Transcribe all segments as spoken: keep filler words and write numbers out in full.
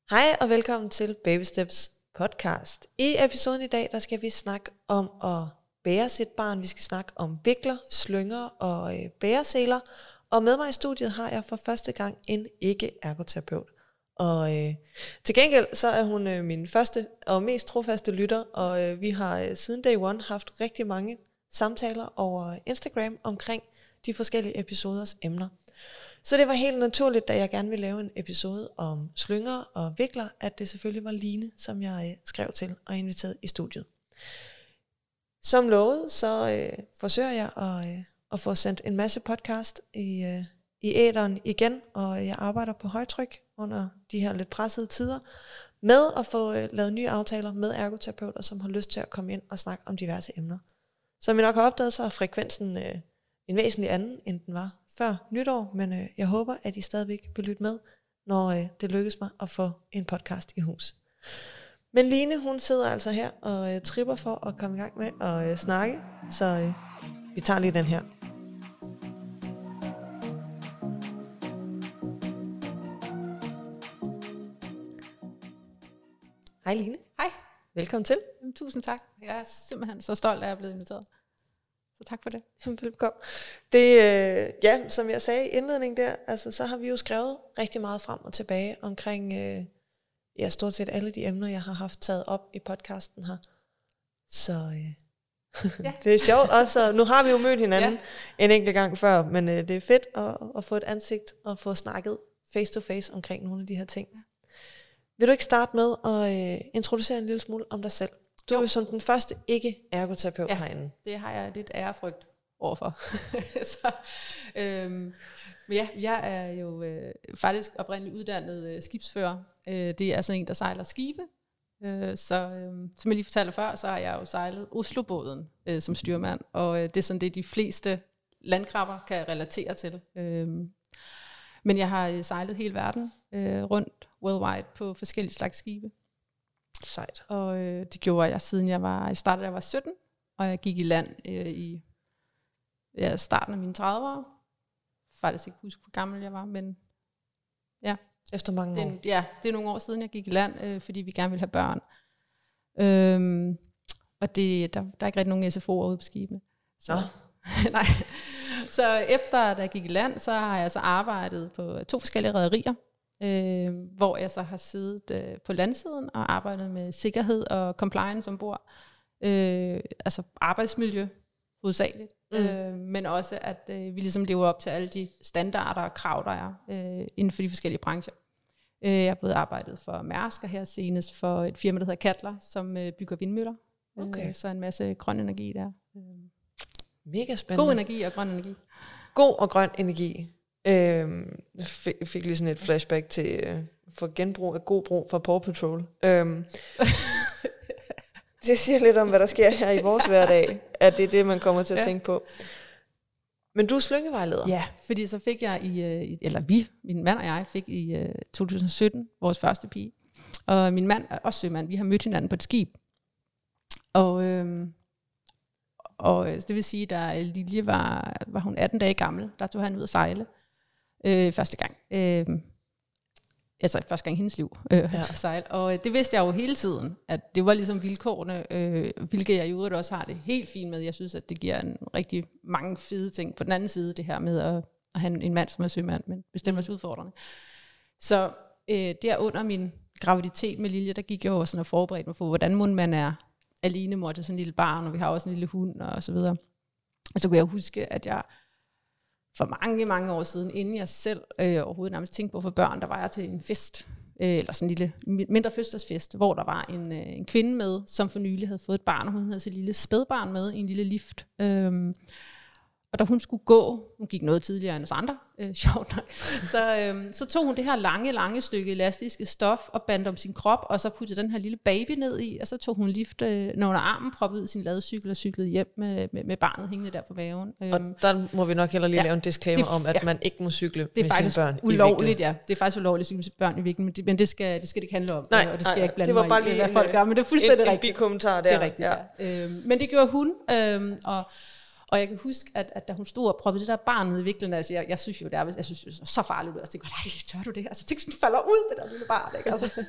Hej og velkommen til Baby Steps podcast. I episoden i dag, der skal vi snakke om at bære sit barn. Vi skal snakke om vikler, slynger og øh, bæreseler. Og med mig i studiet har jeg for første gang en ikke-ergoterapeut. Og øh, til gengæld så er hun øh, min første og mest trofaste lytter. Og øh, vi har øh, siden day one haft rigtig mange samtaler over Instagram omkring de forskellige episoders emner. Så det var helt naturligt, da jeg gerne ville lave en episode om slynger og vikler, at det selvfølgelig var Line, som jeg øh, skrev til og inviterede i studiet. Som lovet, så øh, forsøger jeg at, øh, at få sendt en masse podcast i, øh, i æteren igen, og jeg arbejder på højtryk under de her lidt pressede tider, med at få øh, lavet nye aftaler med ergoterapeuter, som har lyst til at komme ind og snakke om diverse emner. Som I nok har opdaget, så er frekvensen øh, en væsentlig anden, end den var før nytår, men øh, jeg håber, at I stadigvæk vil lytte med, når øh, det lykkes mig at få en podcast i hus. Men Line, hun sidder altså her og øh, tripper for at komme i gang med at øh, snakke, så øh, vi tager lige den her. Hej Line. Hej. Velkommen til. Tusind tak. Jeg er simpelthen så stolt, at jeg er blevet inviteret. Så tak for det. Velkommen. Det, øh, ja, som jeg sagde i indledningen der, altså, så har vi jo skrevet rigtig meget frem og tilbage omkring øh, ja, stort set alle de emner, jeg har haft taget op i podcasten her. Så øh, ja. Det er sjovt også. Nu har vi jo mødt hinanden ja. en enkelt gang før, men øh, det er fedt at, at få et ansigt og få snakket face to face omkring nogle af de her ting. Ja. Vil du ikke starte med at øh, introducere en lille smule om dig selv? Du er jo som den første ikke-ergoterapeut ja, herinde. Det har jeg lidt ærefrygt overfor. så, øhm, men ja, jeg er jo øh, faktisk oprindeligt uddannet øh, skibsfører. Øh, det er altså en, der sejler skibe. Øh, så øh, som jeg lige fortalte før, så har jeg jo sejlet Oslobåden øh, som styrmand. Og øh, det er sådan det, de fleste landkrabber kan relatere til. Øh, men jeg har sejlet hele verden øh, rundt worldwide på forskellige slags skibe. Sejt. Og øh, det gjorde jeg siden jeg var, jeg startede da jeg var sytten, og jeg gik i land øh, i ja, starten af mine tredive år. Faktisk ikke huske, hvor gammel jeg var, men ja. Efter mange år? Det, ja, det er nogle år siden, jeg gik i land, øh, fordi vi gerne ville have børn. Øhm, og det, der, der er ikke rigtig nogen S F O'er ude på skibene. Så, nej. Så efter da jeg gik i land, så har jeg så arbejdet på to forskellige rederier. Øh, hvor jeg så har siddet øh, på landsiden og arbejdet med sikkerhed og compliance ombord. Øh, altså arbejdsmiljø hovedsageligt. Mm. Øh, men også at øh, vi ligesom lever op til alle de standarder og krav, der er øh, inden for de forskellige brancher. Øh, jeg har både arbejdet for Mærsk og her senest for et firma, der hedder Kattler, som øh, bygger vindmøller. Okay. Øh, så en masse grøn energi der. Øh. Mega spændende. God energi og grøn energi. God og grøn energi. Øhm, jeg fik, fik lige sådan et flashback til øh, for genbrug af god brug for Paw Patrol. Øhm, det siger lidt om, hvad der sker her i vores hverdag, at det er det, man kommer til at ja. tænke på. Men du er slyngevejleder. Ja, fordi så fik jeg i, eller vi, min mand og jeg, fik i uh, to tusind sytten vores første pige. Og min mand er også sømand. Vi har mødt hinanden på et skib. Og, øhm, og det vil sige, da Lilje var, var hun atten dage gammel, der tog han ud at sejle. Øh, første gang. Øh, altså første gang i hendes liv. Øh, ja. Sejl. Og det vidste jeg jo hele tiden, at det var ligesom vilkårene, øh, hvilket jeg i øvrigt også har det helt fint med. Jeg synes, at det giver en rigtig mange fede ting. På den anden side, det her med at, at have en mand, som er sømand, men bestemt også udfordrende. Så øh, der under min graviditet med Lilje, der gik jeg jo sådan og forberedte mig på, hvordan må man er alene mor til sådan en lille barn, og vi har også en lille hund, og så videre. Og så kunne jeg huske, at jeg for mange, mange år siden, inden jeg selv øh, overhovedet nærmest tænkte på for børn, der var jeg til en fest, øh, eller sådan en lille mindre fødselsdagsfest, hvor der var en, øh, en kvinde med, som for nylig havde fået et barn, og hun havde sit lille spædbarn med i en lille lift. Øhm, og da hun skulle gå, hun gik noget tidligere end os andre, øh, sjovt nok, så, øh, så tog hun det her lange, lange stykke elastiske stof og bandt om sin krop, og så puttede den her lille baby ned i, og så tog hun lift øh, under armen, proppede i sin ladecykel og cyklede hjem med, med, med barnet hængende der på maven. Øh, og der må vi nok heller lige ja, lave en disclaimer det, om, at ja, man ikke må cykle med sine børn ulovligt, ja. Det er faktisk ulovligt at cykle med sine børn i viklen, men det, men det skal det skal det ikke handle om, nej, og det skal nej, jeg ikke blande det var mig bare i, lige hvad folk gør, men det er fuldstændig en, rigtigt. En bikommentar der. Det er rigtigt, ja. ja. Øh, men det gjorde hun, øh, og Og jeg kan huske, at, at da hun stod og proppede det der barn ned i viklen, altså jeg, jeg synes jo, det er, jeg synes, det er så farligt ud. Og så tænkte jeg, nej, tør du det? Altså tænk, sådan falder ud, det der lille barn. Ikke? Altså.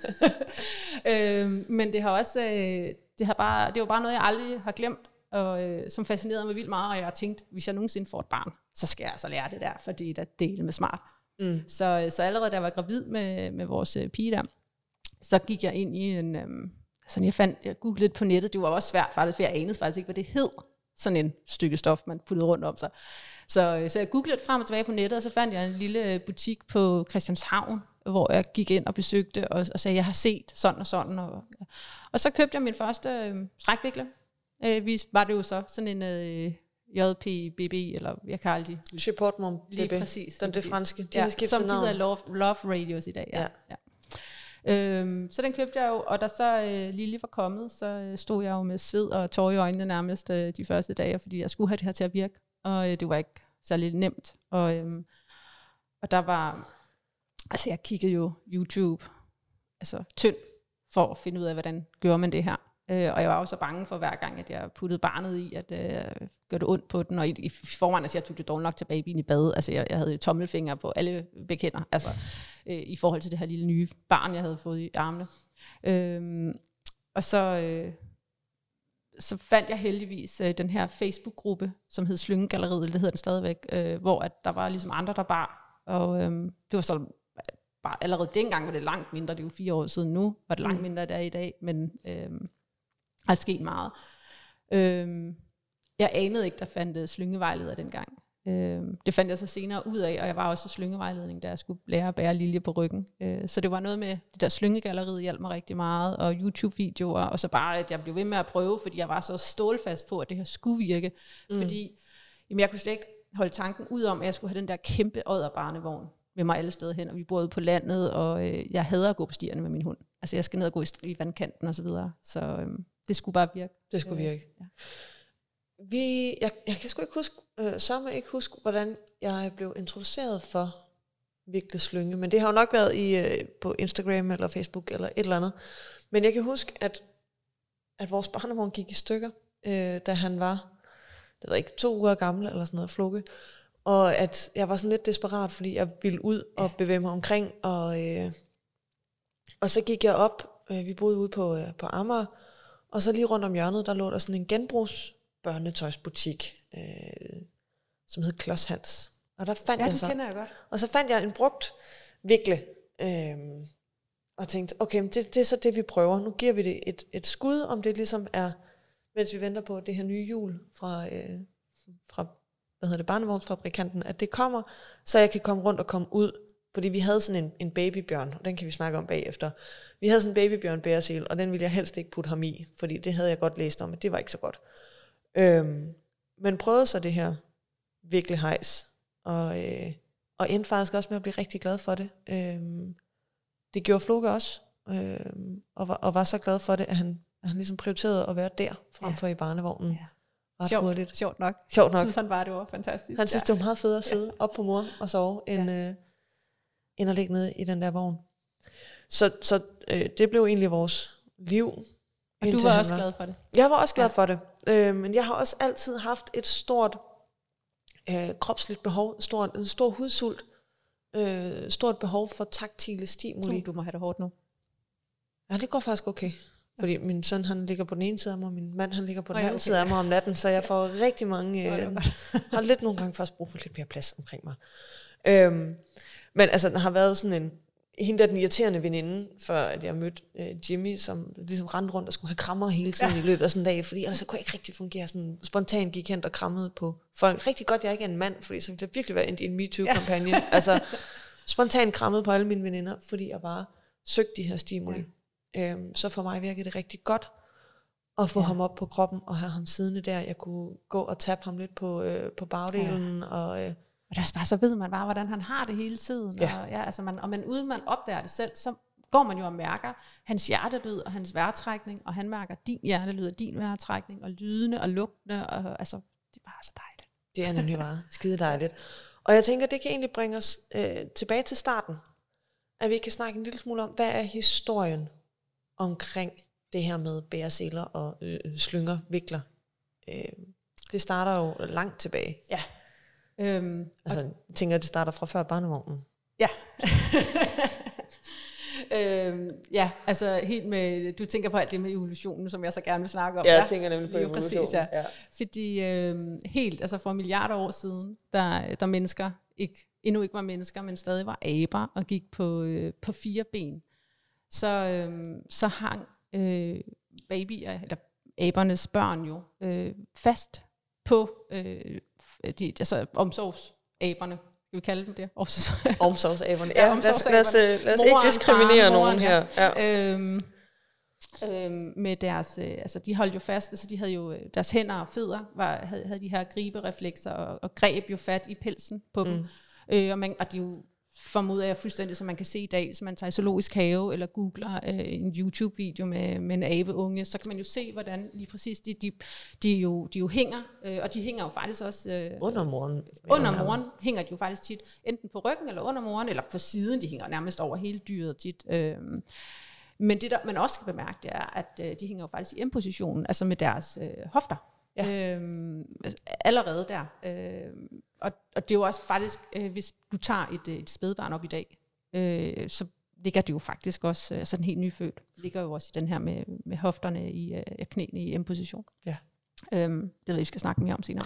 øhm, men det har også, øh, det har bare, det var bare noget, jeg aldrig har glemt, og øh, som fascinerede mig vildt meget, og jeg har tænkt, hvis jeg nogensinde får et barn, så skal jeg altså lære det der, fordi det er dele med smart. Mm. Så, så allerede da jeg var gravid med, med vores øh, pige der, så gik jeg ind i en, øh, sådan jeg fandt, jeg googlede lidt på nettet, det var også svært faktisk, for jeg anede faktisk ikke, hvad det hed, sådan en stykke stof, man puttede rundt om sig. Så, så jeg googlede lidt frem og tilbage på nettet, og så fandt jeg en lille butik på Christianshavn, hvor jeg gik ind og besøgte, og, og sagde, jeg har set sådan og sådan. Og, og så købte jeg min første øh, strækvikler. Øh, vi var det jo så sådan en øh, J P B B, eller jeg kalder det. Support Mom B B. Lige præcis. Den det franske. De ja, som de hedder Love, Love Radios i dag. Ja. Ja. Ja. Øhm, så den købte jeg jo, og da så øh, Lille var kommet, så øh, stod jeg jo med sved og tårer i øjnene nærmest øh, de første dage, fordi jeg skulle have det her til at virke, og øh, det var ikke særlig nemt. Og, øh, og der var, altså jeg kiggede jo YouTube, altså tynd, for at finde ud af, hvordan gør man det her. Øh, og jeg var også så bange for hver gang, at jeg puttede barnet i, at øh, gøre det ondt på den. Og i, i forvejen, altså jeg tog det dårligt nok til babyen i bad. Altså jeg, jeg havde jo tommelfingre på alle bekender, altså øh, i forhold til det her lille nye barn, jeg havde fået i armene. Øh, og så, øh, så fandt jeg heldigvis øh, den her Facebook-gruppe, som hed Slyngegalleriet, det hedder den stadigvæk, øh, hvor at der var ligesom andre, der bar. Og øh, det var så bare, allerede dengang var det langt mindre, det er jo fire år siden nu, var det langt mindre, der er i dag, men øh, har sket meget. Øh, jeg anede ikke, der fandt slyngevejleder dengang. Øh, det fandt jeg så senere ud af, og jeg var også i slyngevejledning, da jeg skulle lære at bære Lilje på ryggen. Øh, så det var noget med, det der Slyngegalleriet hjalp mig rigtig meget, og YouTube-videoer, og så bare, at jeg blev ved med at prøve, fordi jeg var så stålfast på, at det her skulle virke. Mm. Fordi jamen, jeg kunne slet ikke holde tanken ud om, at jeg skulle have den der kæmpe odderbarnevogn med mig alle steder hen, og vi boede på landet, og øh, jeg hader at gå på stierne med min hund. Altså jeg skal ned og gå i, i vandkanten og så videre. Så øh, det skulle bare virke. Det skulle virke. Øh, ja. Vi, jeg, jeg kan sgu ikke huske, øh, så må jeg ikke huske, hvordan jeg blev introduceret for Vikle Slynge, men det har jo nok været i, øh, på Instagram eller Facebook eller et eller andet. Men jeg kan huske, at, at vores barnevogn gik i stykker, øh, da han var, det var ikke to uger gammel eller sådan noget, Flukke. Og at jeg var sådan lidt desperat, fordi jeg ville ud og bevæge mig omkring. Og, øh, og så gik jeg op, øh, vi boede ude på, øh, på Amager, og så lige rundt om hjørnet, der lå der sådan en genbrugs børnetøjsbutik, øh, som hed Klods Hans. Og der fandt ja, jeg så, kender jeg godt. Og så fandt jeg en brugt vikle, øh, og tænkte, okay, det, det er så det, vi prøver. Nu giver vi det et, et skud, om det ligesom er, mens vi venter på det her nye hjul fra, øh, fra hvad hedder det, barnevognsfabrikanten, at det kommer, så jeg kan komme rundt og komme ud. Fordi vi havde sådan en, en babybjørn, og den kan vi snakke om bagefter. Vi havde sådan en babybjørn bæresel, og den ville jeg helst ikke putte ham i, fordi det havde jeg godt læst om, at det var ikke så godt. Øhm, men prøvede så det her vikle hejs, og, øh, og endte faktisk også med at blive rigtig glad for det. Øhm, det gjorde Floke også, øh, og, var, og var så glad for det, at han, at han ligesom prioriterede at være der, frem for ja. i barnevognen. Ja. Ret sjovt, hurtigt. Sjovt nok. Sjovt nok. Jeg synes han bare, det var fantastisk. Han synes, ja. det var meget fedt at sidde ja. op på mor og sove, end, ja. øh, end at ligge nede i den der vogn. Så, så øh, det blev egentlig vores liv. Og du var også var. glad for det? Jeg var også glad ja. for det. Øh, men jeg har også altid haft et stort øh, kropsligt behov, stort, en stor hudsult, øh, stort behov for taktile stimuli. Uh, du må have det hårdt nu. Ja, det går faktisk okay. Fordi min søn, han ligger på den ene side af mig, og min mand, han ligger på den oh, ja, anden okay. side af mig om natten, så jeg får rigtig mange, øh, oh, har lidt nogle gange faktisk brug for lidt mere plads omkring mig. Øhm, men altså, der har været sådan en, hende der den irriterende veninde, før at jeg mødte øh, Jimmy, som ligesom rendte rundt og skulle have krammer hele tiden ja. i løbet af sådan en dag, fordi ellers så kunne jeg ikke rigtig fungere, sådan spontant gik hen og krammede på folk. Rigtig godt, jeg ikke er en mand, fordi så ville det virkelig være en MeToo-kampagne. Ja. Altså, spontant krammede på alle mine veninder, fordi jeg bare søgte de her stimuli. Ja. Øhm, så for mig virkede det rigtig godt at få ja. ham op på kroppen og have ham siddende der. Jeg kunne gå og tabe ham lidt på, øh, på bagdelen. Ja. Og, øh, og der bare, så ved man bare, hvordan han har det hele tiden. Ja. Og, ja, altså man, og man, uden man opdager det selv, så går man jo og mærker hans hjertelyd og hans vejrtrækning, og han mærker din hjertelyd og din vejrtrækning, og lydene og lugtene. Og, altså, det er bare så dejligt. Det er nemlig bare skide dejligt. Og jeg tænker, det kan egentlig bringe os øh, tilbage til starten. At vi kan snakke en lille smule om, hvad er historien omkring det her med bæreseler og øh, slynger, vikler. Øh. Det starter jo langt tilbage. Ja. Øhm, altså, jeg tænker, det starter fra før barnevognen. Ja. øhm, ja, altså helt med, du tænker på alt det med evolutionen, som jeg så gerne vil snakke om. Ja, jeg tænker nemlig på evolutionen. Præcis, ja. Ja. Fordi øhm, helt, altså for milliarder år siden, der, der mennesker ikke, endnu ikke var mennesker, men stadig var aber og gik på, øh, på fire ben, så, øhm, så hang øh, babyer, eller abernes børn jo, øh, fast på øh, de, altså omsorgsaberne. Skal vi kalde dem det? Omsorgsaberne. Ja, ja, omsorgsaberne. Lad os, lad os, lad os ikke diskriminere far, nogen her. Ja. Øhm, øhm, med deres, øh, altså de holdt jo fast, altså de havde jo, deres hænder og fødder, var, havde, havde de her gribereflekser, og, og greb jo fat i pelsen på mm. dem. Øh, og, man, og de jo formoder jeg fuldstændig, som man kan se i dag, hvis man tager i zoologisk have, eller googler øh, en YouTube-video med, med en abeunge, så kan man jo se, hvordan lige præcis de, de, de, jo, de jo hænger, øh, og de hænger jo faktisk også... Øh, under moren. Under moren hænger de jo faktisk tit, enten på ryggen, eller under moren, eller på siden, de hænger nærmest over hele dyret tit. Øh, men det, der man også skal bemærke, det er, at øh, de hænger jo faktisk i M-positionen, altså med deres øh, hofter. Ja. Øhm, allerede der. Øh, og, og det er jo også faktisk, øh, hvis du tager et, et spædbarn op i dag, øh, så ligger det jo faktisk også, altså den helt nyfødt, ligger jo også i den her med, med hofterne i øh, knæene i M-position. Ja. Øhm, det ved jeg, vi skal snakke mere om senere.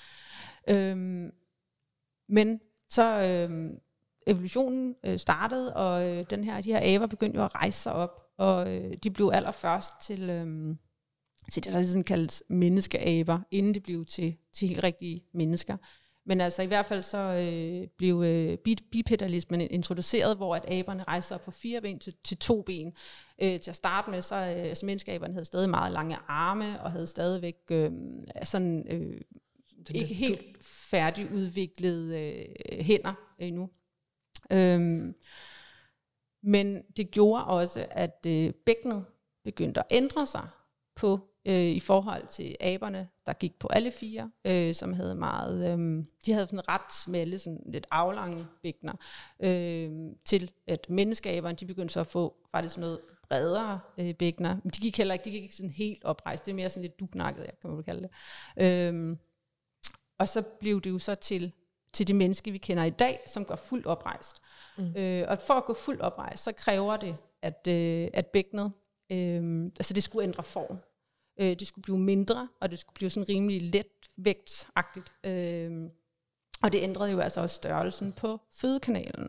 Øhm, men så øh, evolutionen øh, startede, og øh, den her, de her aber begyndte jo at rejse sig op, og øh, de blev allerførst til... Øh, til det, der ligesom kaldes menneskeaber, inden det blev til, til helt rigtige mennesker. Men altså i hvert fald så øh, blev øh, bipedalismen introduceret, hvor at aberne rejste op på fire ben til, til to ben. Øh, til at starte med, så øh, altså menneskeaberne havde stadig meget lange arme, og havde stadigvæk øh, sådan øh, ikke helt færdigudviklede øh, hænder endnu. Øhm, men det gjorde også, at øh, bækkenet begyndte at ændre sig på øh, i forhold til aberne, der gik på alle fire, øh, som havde meget, øh, de havde sådan ret smalle, sådan lidt aflange bækkener, øh, til at menneskeaberne, de begyndte så at få faktisk noget bredere øh, bækkener, men de gik heller ikke, de gik ikke sådan helt oprejst, det er mere sådan lidt duknakket, jeg kan man kalde det. Øh, og så blev det jo så til, til det menneske, vi kender i dag, som går fuldt oprejst. Mm. Øh, og for at gå fuldt oprejst, så kræver det, at, øh, at bækkenet, øh, altså det skulle ændre form. Øh, det skulle blive mindre, og det skulle blive sådan rimelig letvægtsagtigt. Øh, og det ændrede jo altså også størrelsen på fødekanalen.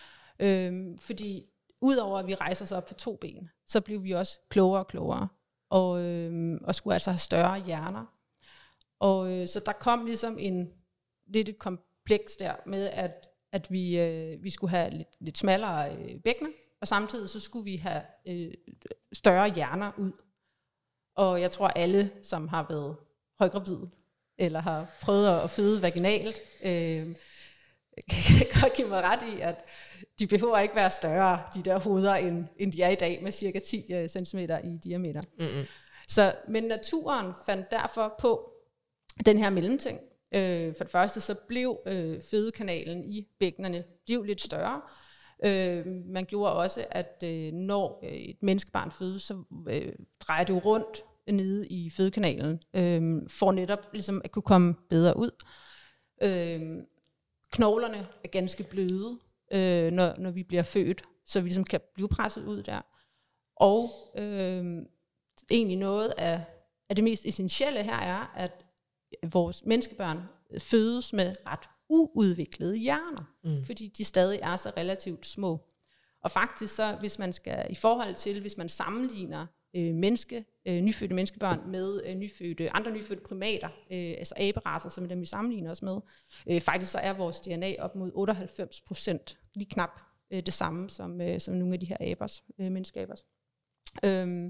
Øh, fordi udover at vi rejser os op på to ben, så blev vi også klogere og klogere, og, øh, og skulle altså have større hjerner. Og øh, så der kom ligesom en lidt et kompleks der med, at, at vi, øh, vi skulle have lidt, lidt smallere øh, bækkener, og samtidig så skulle vi have øh, større hjerner ud. Og jeg tror alle, som har været højgravide, eller har prøvet at føde vaginalt, øh, kan godt give mig ret i, at de behøver ikke være større, de der hoveder, end, end de er i dag, med cirka ti centimeter i diameter. Mm-hmm. Så, men naturen fandt derfor på den her mellemting. Øh, for det første så blev øh, fødekanalen i bækkenerne blev lidt større. Øh, man gjorde også, at øh, når et menneskebarn fødes, så øh, drejer det jo rundt nede i fødekanalen, øh, for netop ligesom at kunne komme bedre ud. Øh, knoglerne er ganske bløde, øh, når, når vi bliver født, så vi ligesom kan blive presset ud der. Og øh, egentlig noget af, af det mest essentielle her er, at vores menneskebørn fødes med ret uudviklede hjerner, mm. fordi de stadig er så relativt små. Og faktisk så, hvis man skal, i forhold til, hvis man sammenligner øh, menneske, øh, nyfødte menneskebørn med øh, nyfødte, andre nyfødte primater, øh, altså aberacer, som er dem vi sammenligner os med, øh, faktisk så er vores D N A op mod otteoghalvfems procent, lige knap øh, det samme som, øh, som nogle af de her abers, øh, menneskeabers. Øhm,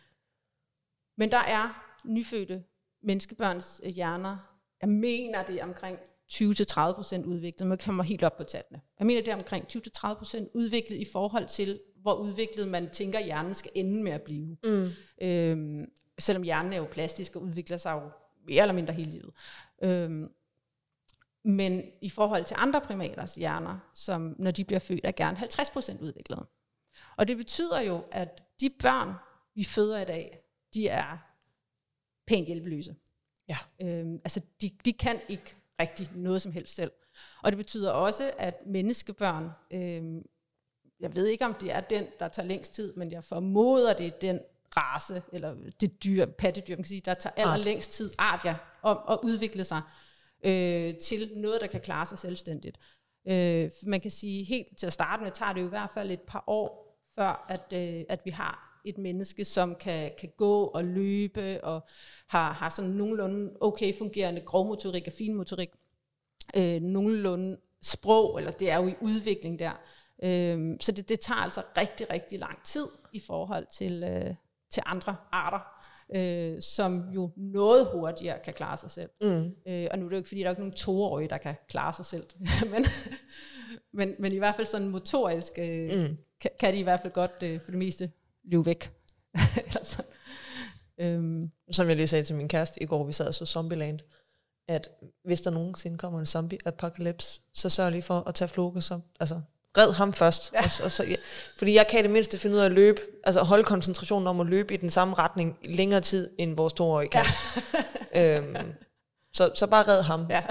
men der er nyfødte menneskebørns øh, hjerner, jeg mener det er omkring tyve til tredive procent udviklet, man kommer helt op på tallene. Jeg mener det er omkring tyve til tredive procent udviklet i forhold til, hvor udviklet man tænker, hjernen skal ende med at blive. Mm. Øhm, selvom hjernen er jo plastisk og udvikler sig jo mere eller mindre hele livet. Øhm, men i forhold til andre primaters hjerner, som når de bliver født, er gerne halvtreds procent udviklet. Og det betyder jo, at de børn, vi føder i dag, de er pænt hjælpeløse. Ja. Øhm, altså, de, de kan ikke rigtig noget som helst selv. Og det betyder også, at menneskebørn, øhm, jeg ved ikke, om det er den, der tager længst tid, men jeg formoder, det er den race, eller det dyr, pattedyr, man kan sige, der tager allerlængst tid, art ja, om at udvikle sig øh, til noget, der kan klare sig selvstændigt. Øh, man kan sige, helt til at starte med, tager det jo i hvert fald et par år, før at, øh, at vi har et menneske, som kan, kan gå og løbe, og har, har sådan nogenlunde okay fungerende grovmotorik og finmotorik, øh, nogenlunde sprog, eller det er jo i udvikling der. Øh, så det, det tager altså rigtig, rigtig lang tid i forhold til, øh, til andre arter, øh, som jo noget hurtigere kan klare sig selv. Mm. Øh, og nu er det jo ikke, fordi der er ikke nogen toårige, der kan klare sig selv. men, men, men i hvert fald sådan motorisk, øh, mm. kan, kan de i hvert fald godt øh, for det meste løbe væk. Eller sådan. Øhm. Som jeg lige sagde til min kæreste i går, vi sad og så Zombieland, at hvis der nogensinde kommer en zombie-apocalypse, så sørg lige for at tage Floke som, altså red ham først. Ja. Og, og så, ja. Fordi jeg kan i det mindste finde ud af at løbe, altså holde koncentrationen om at løbe i den samme retning i længere tid, end vores toårige kan. Ja. øhm, så, så bare red ham. Ja.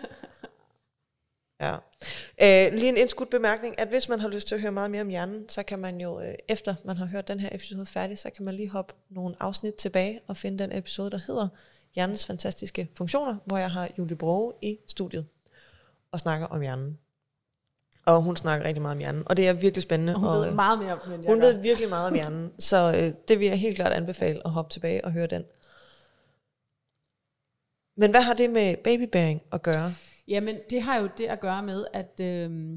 Ja. Øh, lige en indskudt bemærkning, at hvis man har lyst til at høre meget mere om hjernen, så kan man jo, øh, efter man har hørt den her episode færdig, så kan man lige hoppe nogle afsnit tilbage og finde den episode, der hedder Hjernens fantastiske funktioner, hvor jeg har Julie Broge i studiet og snakker om hjernen. Og hun snakker rigtig meget om hjernen, og det er virkelig spændende. Og hun og, ved meget mere om den, end jeg Hun gør. ved virkelig meget om hjernen, så øh, det vil jeg helt klart anbefale at hoppe tilbage og høre den. Men hvad har det med babybearing at gøre? Jamen, det har jo det at gøre med, at øh,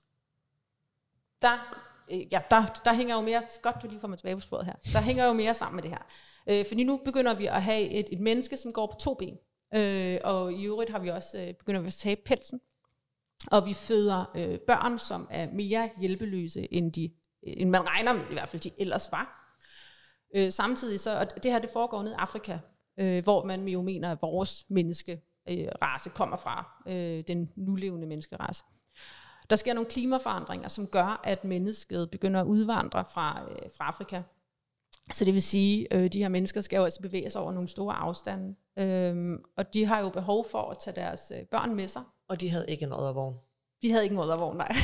der, øh, ja, der, der hænger jo mere, godt du lige får mig tilbage på sporet her, der hænger jo mere sammen med det her. Øh, fordi nu begynder vi at have et, et menneske, som går på to ben. Øh, og i øvrigt har vi også øh, begynder vi at tage pelsen. Og vi føder øh, børn, som er mere hjælpeløse, end, de, end man regner med, i hvert fald de ellers var. Øh, samtidig så, og det her det foregår nede i Afrika, øh, hvor man jo mener, at vores menneskerace kommer fra, øh, den nulevende menneskerace. Der sker nogle klimaforandringer, som gør, at mennesket begynder at udvandre fra, øh, fra Afrika. Så det vil sige, at øh, de her mennesker skal jo altså bevæge sig over nogle store afstande. Øh, og de har jo behov for at tage deres øh, børn med sig. Og de havde ikke en oddervogn. De havde ikke en oddervogn, nej.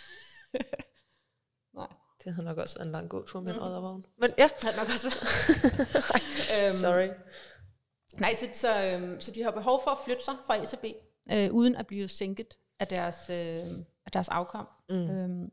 nej. Det havde nok også været en lang gåtur med mm. en oddervogn. Men ja. Det havde nok også været. øhm, Sorry. Nej, så, så, øhm, så de har behov for at flytte sig fra A til B, øh, uden at blive sænket af deres, øh, af deres afkom. Mm. Øhm,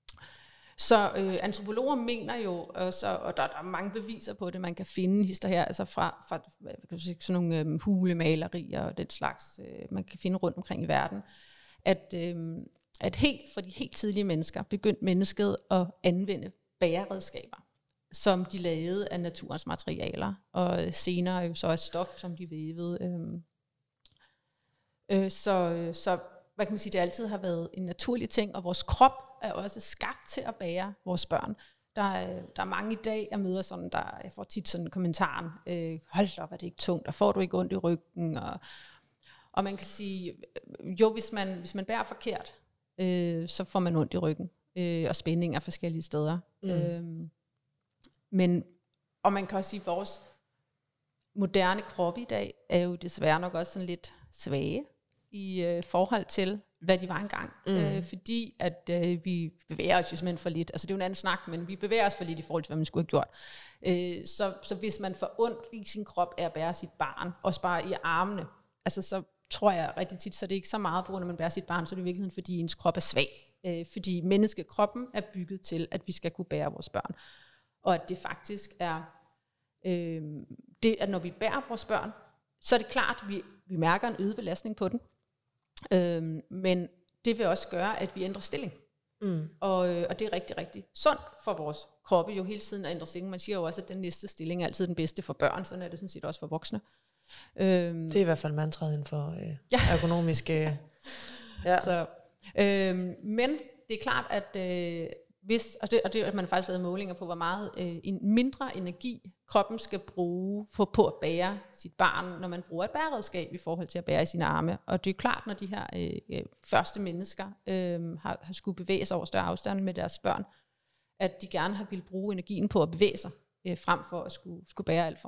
så øh, antropologer mener jo også, og der, der er mange beviser på det, man kan finde hister her, altså fra, fra hvad kan man sige, sådan nogle øh, hulemalerier og den slags, øh, man kan finde rundt omkring i verden, at, øh, at helt for de helt tidlige mennesker begyndte mennesket at anvende bæreredskaber, som de lavede af naturens materialer, og senere jo så et stof, som de vævede. Øh. Øh, så, så hvad kan man sige, det altid har været en naturlig ting, og vores krop er også skabt til at bære vores børn. Der er, der er mange i dag, jeg møder sådan, der jeg får tit sådan kommentaren, øh, hold op, er det ikke tungt, og får du ikke ondt i ryggen, og, og man kan sige, jo, hvis man, hvis man bærer forkert, øh, så får man ondt i ryggen, øh, og spændinger forskellige steder. Mm. Øh, men, og man kan også sige, at vores moderne krop i dag, er jo desværre nok også sådan lidt svage, i øh, forhold til, hvad de var engang. Mm. Øh, fordi at øh, vi bevæger os jo simpelthen for lidt. Altså det er jo en anden snak, men vi bevæger os for lidt i forhold til, hvad man skulle have gjort. Øh, så, så hvis man får ondt i sin krop af at bære sit barn, også bare i armene, altså så tror jeg rigtig tit, så det er ikke så meget på grund af, at man bærer sit barn, så er det i virkeligheden, fordi ens krop er svag. Øh, fordi menneskekroppen er bygget til, at vi skal kunne bære vores børn. Og at det faktisk er, øh, det, at når vi bærer vores børn, så er det klart, at vi, vi mærker en øget belastning på den. Øhm, men det vil også gøre, at vi ændrer stilling. Mm. Og, øh, og det er rigtig, rigtig sundt for vores kroppe jo hele tiden at ændre stilling. Man siger jo også, at den næste stilling er altid den bedste for børn, sådan er det sådan set også for voksne. Øhm, det er i hvert fald mantraet inden for øh, ja. ergonomiske... ja. Så, øhm, men det er klart, at øh, hvis, og det, og det at man faktisk lavet målinger på, hvor meget øh, en mindre energi kroppen skal bruge på, på at bære sit barn, når man bruger et bæreredskab i forhold til at bære i sine arme. Og det er klart, når de her øh, første mennesker øh, har, har skulle bevæge sig over større afstand med deres børn, at de gerne har ville bruge energien på at bevæge sig, øh, frem for at skulle, skulle bære alt for meget.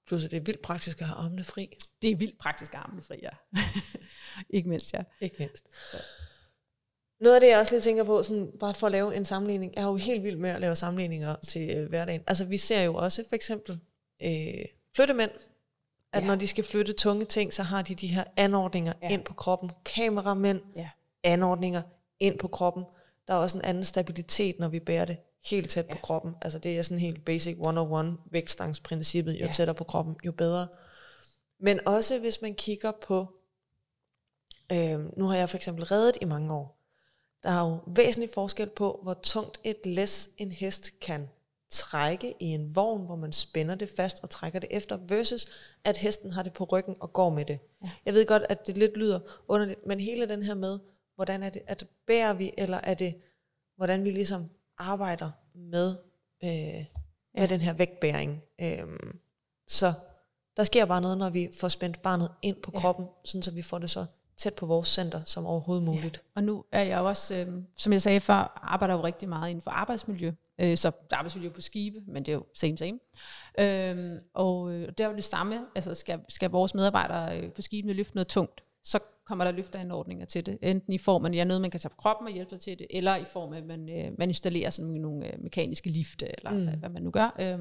Plus, det er vildt praktisk at have armene fri. Det er vildt praktisk at have armene fri, ja. Ikke mindst, ja. Ikke mindst. Ja. Noget af det, jeg også lige tænker på, sådan, bare for at lave en sammenligning, jeg er jo helt vild med at lave sammenligninger til øh, hverdagen. Altså, vi ser jo også for eksempel øh, flyttemænd, at ja. når de skal flytte tunge ting, så har de de her anordninger ja. ind på kroppen. Kameramænd, ja. anordninger ind på kroppen. Der er også en anden stabilitet, når vi bærer det helt tæt ja. på kroppen. Altså det er sådan helt basic one oh one vægtstangsprincippet. Jo ja. tættere på kroppen, jo bedre. Men også hvis man kigger på, øh, nu har jeg for eksempel reddet i mange år. Der er jo væsentlig forskel på, hvor tungt et læs en hest kan trække i en vogn, hvor man spænder det fast og trækker det efter, versus at hesten har det på ryggen og går med det. Ja. Jeg ved godt, at det lidt lyder underligt, men hele den her med, hvordan er det, at bærer vi, eller er det, hvordan vi ligesom arbejder med, øh, ja. med den her vægtbæring. Øhm, så der sker bare noget, når vi får spændt barnet ind på ja. kroppen, sådan så vi får det så tæt på vores center som overhovedet muligt. Ja. Og nu er jeg også, øh, som jeg sagde før, arbejder jo rigtig meget inden for arbejdsmiljø. Øh, så der er arbejdsmiljø på skibe, men det er jo same same. Øh, og øh, der er jo det samme, altså skal, skal vores medarbejdere øh, på skibene løfte noget tungt, så kommer der løfteanordninger til det. Enten i form af ja, noget, man kan tage på kroppen og hjælpe sig til det, eller i form af, at man, øh, man installerer sådan nogle øh, mekaniske lifte, eller mm. hvad, hvad man nu gør. Øh,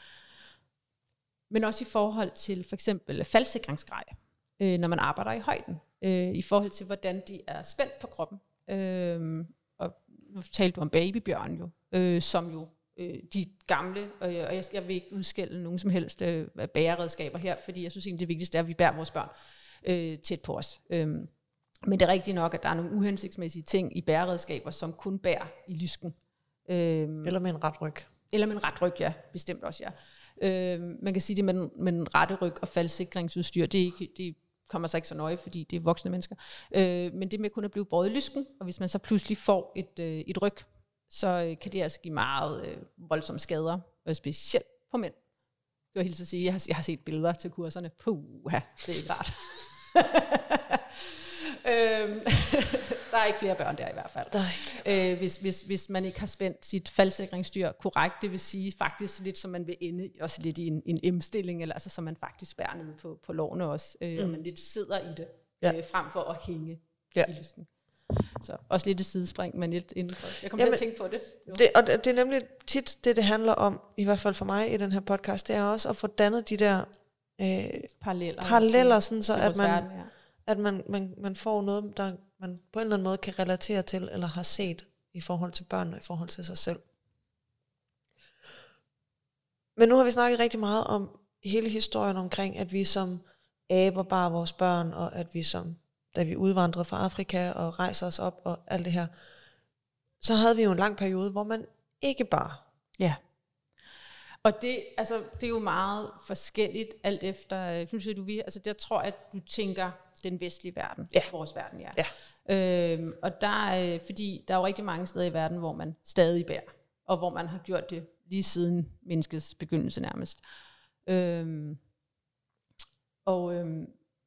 men også i forhold til for eksempel faldsikringsgrej, øh, når man arbejder i højden. Øh, I forhold til, hvordan de er spændt på kroppen. Øh, og nu talte du om babybjørn jo, øh, som jo øh, de gamle, og jeg, og jeg, jeg vil ikke udskælde nogen som helst øh, bæreredskaber her, fordi jeg synes egentlig, det vigtigste er, at vi bærer vores børn øh, tæt på os. Øh, men det er rigtigt nok, at der er nogle uhensigtsmæssige ting i bæreredskaber, som kun bærer i lysken. Øh, eller med en ret ryg. Eller med en ret ryg, ja. Bestemt også, ja. Øh, man kan sige det med den, med den rette ryg og faldsikringsudstyr, det er ikke... Det kommer så ikke så nøje, fordi det er voksne mennesker. Øh, men det med kun at blive båret i lysken, og hvis man så pludselig får et, øh, et ryg, så øh, kan det altså give meget øh, voldsomme skader, og specielt på mænd. Jeg vil hilse at sige, jeg har, jeg har set billeder til kurserne. Puha, det er ikke rart. øhm, der er ikke flere børn der i hvert fald. Øh, hvis, hvis, hvis man ikke har spændt sit faldsikringsstyr korrekt, det vil sige faktisk lidt, som man vil ende også lidt i en, en M-stilling, eller altså så man faktisk bærer ned på, på lårene også, øh, mm. og man lidt sidder i det, ja. øh, frem for at hænge ja. i lysken. Så også lidt et sidespring, men lidt indenfor. Jeg kommer Jamen, til at tænke på det. det. Og det er nemlig tit det, det handler om, i hvert fald for mig i den her podcast, det er også at få dannet de der øh, paralleller, paralleller sådan så at man, verden, ja. at man, man, man får noget, der man på en eller anden måde kan relatere til, eller har set i forhold til børn og i forhold til sig selv. Men nu har vi snakket rigtig meget om hele historien omkring, at vi som aber bar vores børn, og at vi som, da vi udvandrede fra Afrika og rejser os op og alt det her, så havde vi jo en lang periode, hvor man ikke bar. Ja. Og det, altså, det er jo meget forskelligt, alt efter, synes du, vi, altså der tror jeg, at du tænker den vestlige verden, ja. vores verden, ja. ja. Øhm, og der er, fordi der er jo rigtig mange steder i verden, hvor man stadig bærer, og hvor man har gjort det lige siden menneskets begyndelse nærmest. Øhm, og øhm,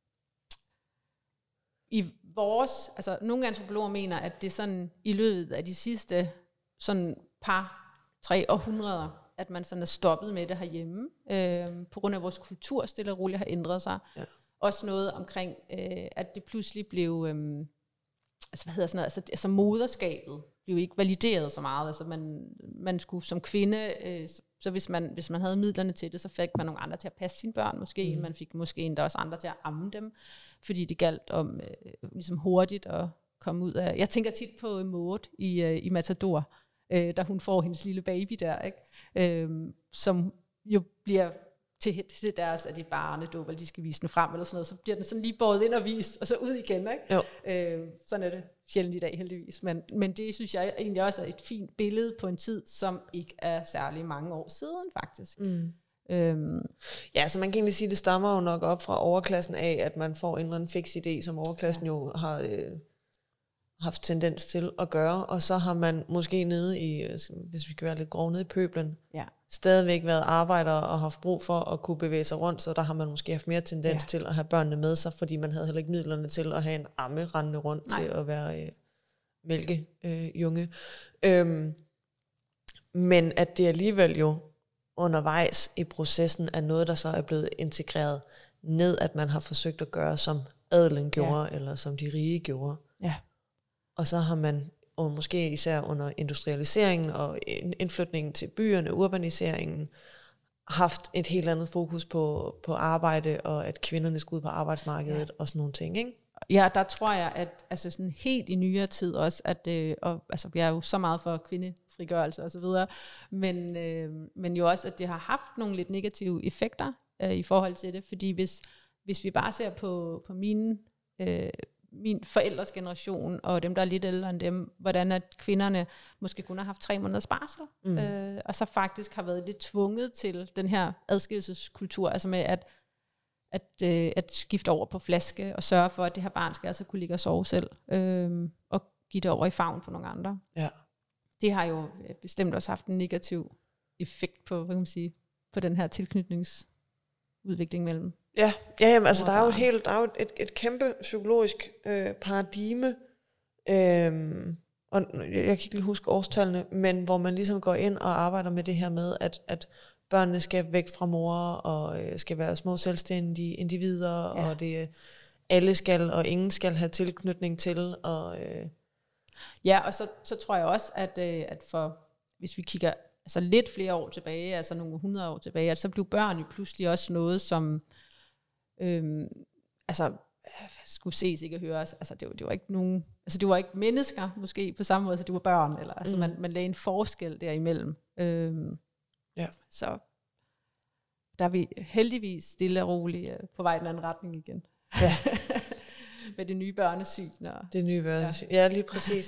i vores, altså nogle antropologer mener, at det er sådan i løbet af de sidste sådan par, tre århundreder, at man sådan er stoppet med det herhjemme, øhm, på grund af vores kultur stille og roligt har ændret sig. Ja. Også noget omkring, øh, at det pludselig blev, øh, altså hvad hedder sådan noget, altså, altså moderskabet blev ikke valideret så meget. Altså man, man skulle som kvinde, øh, så, så hvis man, hvis man havde midlerne til det, så fik man nogle andre til at passe sine børn måske. Mm. Man fik måske endda også andre til at amme dem, fordi det galt om øh, ligesom hurtigt at komme ud af. Jeg tænker tit på Maud i, øh, i Matador, øh, da hun får hendes lille baby der, ikke? Øh, som jo bliver til, til deres, at det er barnedåb, eller de skal vise den frem, eller sådan noget, så bliver den sådan lige båret ind og vist, og så ud igen, ikke? Jo. Øh, sådan er det sjældent i dag, heldigvis. Men, men det synes jeg egentlig også er et fint billede på en tid, som ikke er særlig mange år siden, faktisk. Mm. Øhm. Ja, så man kan egentlig sige, at det stammer jo nok op fra overklassen af, at man får en eller anden fix idé, som overklassen ja. jo har øh, haft tendens til at gøre, og så har man måske nede i, hvis vi kan være lidt grov, nede i pøblen, ja. stadigvæk været arbejdere og haft brug for at kunne bevæge sig rundt, så der har man måske haft mere tendens ja. til at have børnene med sig, fordi man havde heller ikke midlerne til at have en amme rendende rundt Nej. til at være øh, mælkejunge. Øh, øhm, men at det alligevel jo undervejs i processen er noget, der så er blevet integreret ned, at man har forsøgt at gøre, som adelen gjorde, ja. Eller som de rige gjorde. Ja. Og så har man, og måske især under industrialiseringen og indflytningen til byerne, urbaniseringen, haft et helt andet fokus på, på arbejde, og at kvinderne skulle ud på arbejdsmarkedet, ja. Og sådan nogle ting, ikke? Ja, der tror jeg, at altså sådan helt i nyere tid også, at øh, og, altså, jeg er jo så meget for kvindefrigørelse og så videre, men, øh, men jo også, at det har haft nogle lidt negative effekter øh, i forhold til det, fordi hvis, hvis vi bare ser på, på mine, øh, min forældres generation, og dem, der er lidt ældre end dem, hvordan at kvinderne måske kun har haft tre måneders barsel, mm. øh, og så faktisk har været lidt tvunget til den her adskillelseskultur, altså med at At, øh, at skifte over på flaske og sørge for, at det her barn skal altså kunne ligge og sove selv, øh, og give det over i favn på nogle andre. Ja. Det har jo bestemt også haft en negativ effekt på, hvad kan man sige, på den her tilknytningsudvikling mellem. Ja, ja jamen, altså der er jo et helt, der er jo et, et kæmpe psykologisk øh, paradigme, øh, og jeg kan ikke lige huske årstallene, men hvor man ligesom går ind og arbejder med det her med, at, at børnene skal væk fra mor, og øh, skal være små selvstændige individer, ja. Og det alle skal, og ingen skal have tilknytning til. Og, øh. Ja, og så, så tror jeg også, at, øh, at for, hvis vi kigger altså lidt flere år tilbage, altså nogle hundrede år tilbage, at så blev børn jo pludselig også noget, som øh, altså skulle ses, ikke høres. Altså det var, det var ikke nogen, altså det var ikke mennesker måske på samme måde, så det var børn, eller altså mm. man, man lagde en forskel derimellem. Øh, Ja. Så der er vi heldigvis stille og roligt uh, på vej i den anden retning igen. Ja. Med det nye børnesyn. Og, det nye børnesyn, ja, ja lige præcis.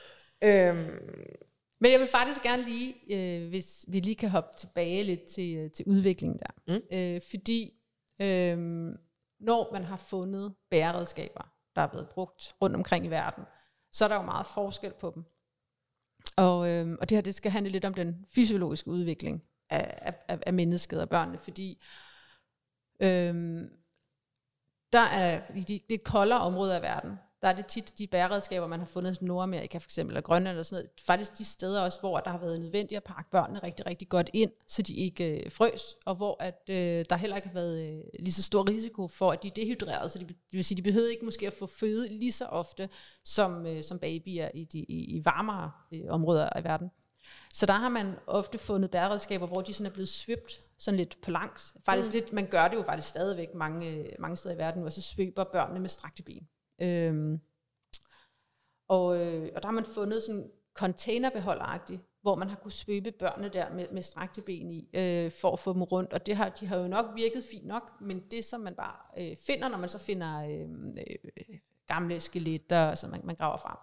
øhm. Men jeg vil faktisk gerne lige, øh, hvis vi lige kan hoppe tilbage lidt til, øh, til udviklingen der. Mm. Øh, fordi øh, når man har fundet bæreredskaber, der er blevet brugt rundt omkring i verden, så er der jo meget forskel på dem. Og, øhm, og det her, det skal handle lidt om den fysiologiske udvikling af, af, af mennesket og børnene, fordi øhm, der er i de lidt koldere områder af verden, der er det tit de bæreredskaber, man har fundet i Nordamerika for eksempel, og Grønland og sådan noget, faktisk de steder også, hvor der har været nødvendigt at pakke børnene rigtig, rigtig godt ind, så de ikke øh, frøs, og hvor at, øh, der heller ikke har været øh, lige så stor risiko for, at de er dehydrerede, så de, det vil sige, de behøvede ikke måske at få føde lige så ofte, som, øh, som babyer i de i, i varmere øh, områder af verden. Så der har man ofte fundet bæreredskaber, hvor de sådan er blevet svøbt sådan lidt på langs. Faktisk mm. lidt, man gør det jo faktisk stadigvæk mange, mange steder i verden, og så svøber børnene med strakte ben. Øhm, og, øh, og der har man fundet sådan containerbeholderagtigt, hvor man har kunne svøbe børnene der med, med strakte ben i, øh, for at få dem rundt, og det har, de har jo nok virket fint nok, men det som man bare øh, finder, når man så finder øh, øh, gamle skeletter, som man, man graver frem,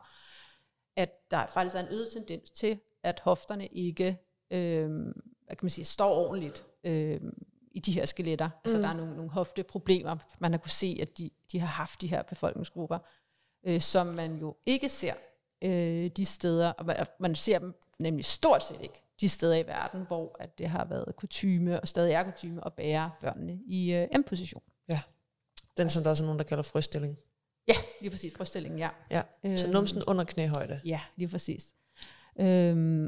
at der faktisk er en øget tendens til, at hofterne ikke øh, hvad kan man sige, står ordentligt øh, i de her skeletter. Mm. Altså der er nogle, nogle hofteproblemer. Man har kunne se, at de, de har haft de her befolkningsgrupper, øh, som man jo ikke ser øh, de steder, og man, man ser dem nemlig stort set ikke de steder i verden, hvor at det har været kutyme, og stadig er kutyme, at bære børnene i øh, M-position. Ja, den som der også er nogen, der kalder frøstilling. Ja, lige præcis, frøstilling, ja. Ja, så numsen under knæhøjde. Ja, lige præcis. Øhm,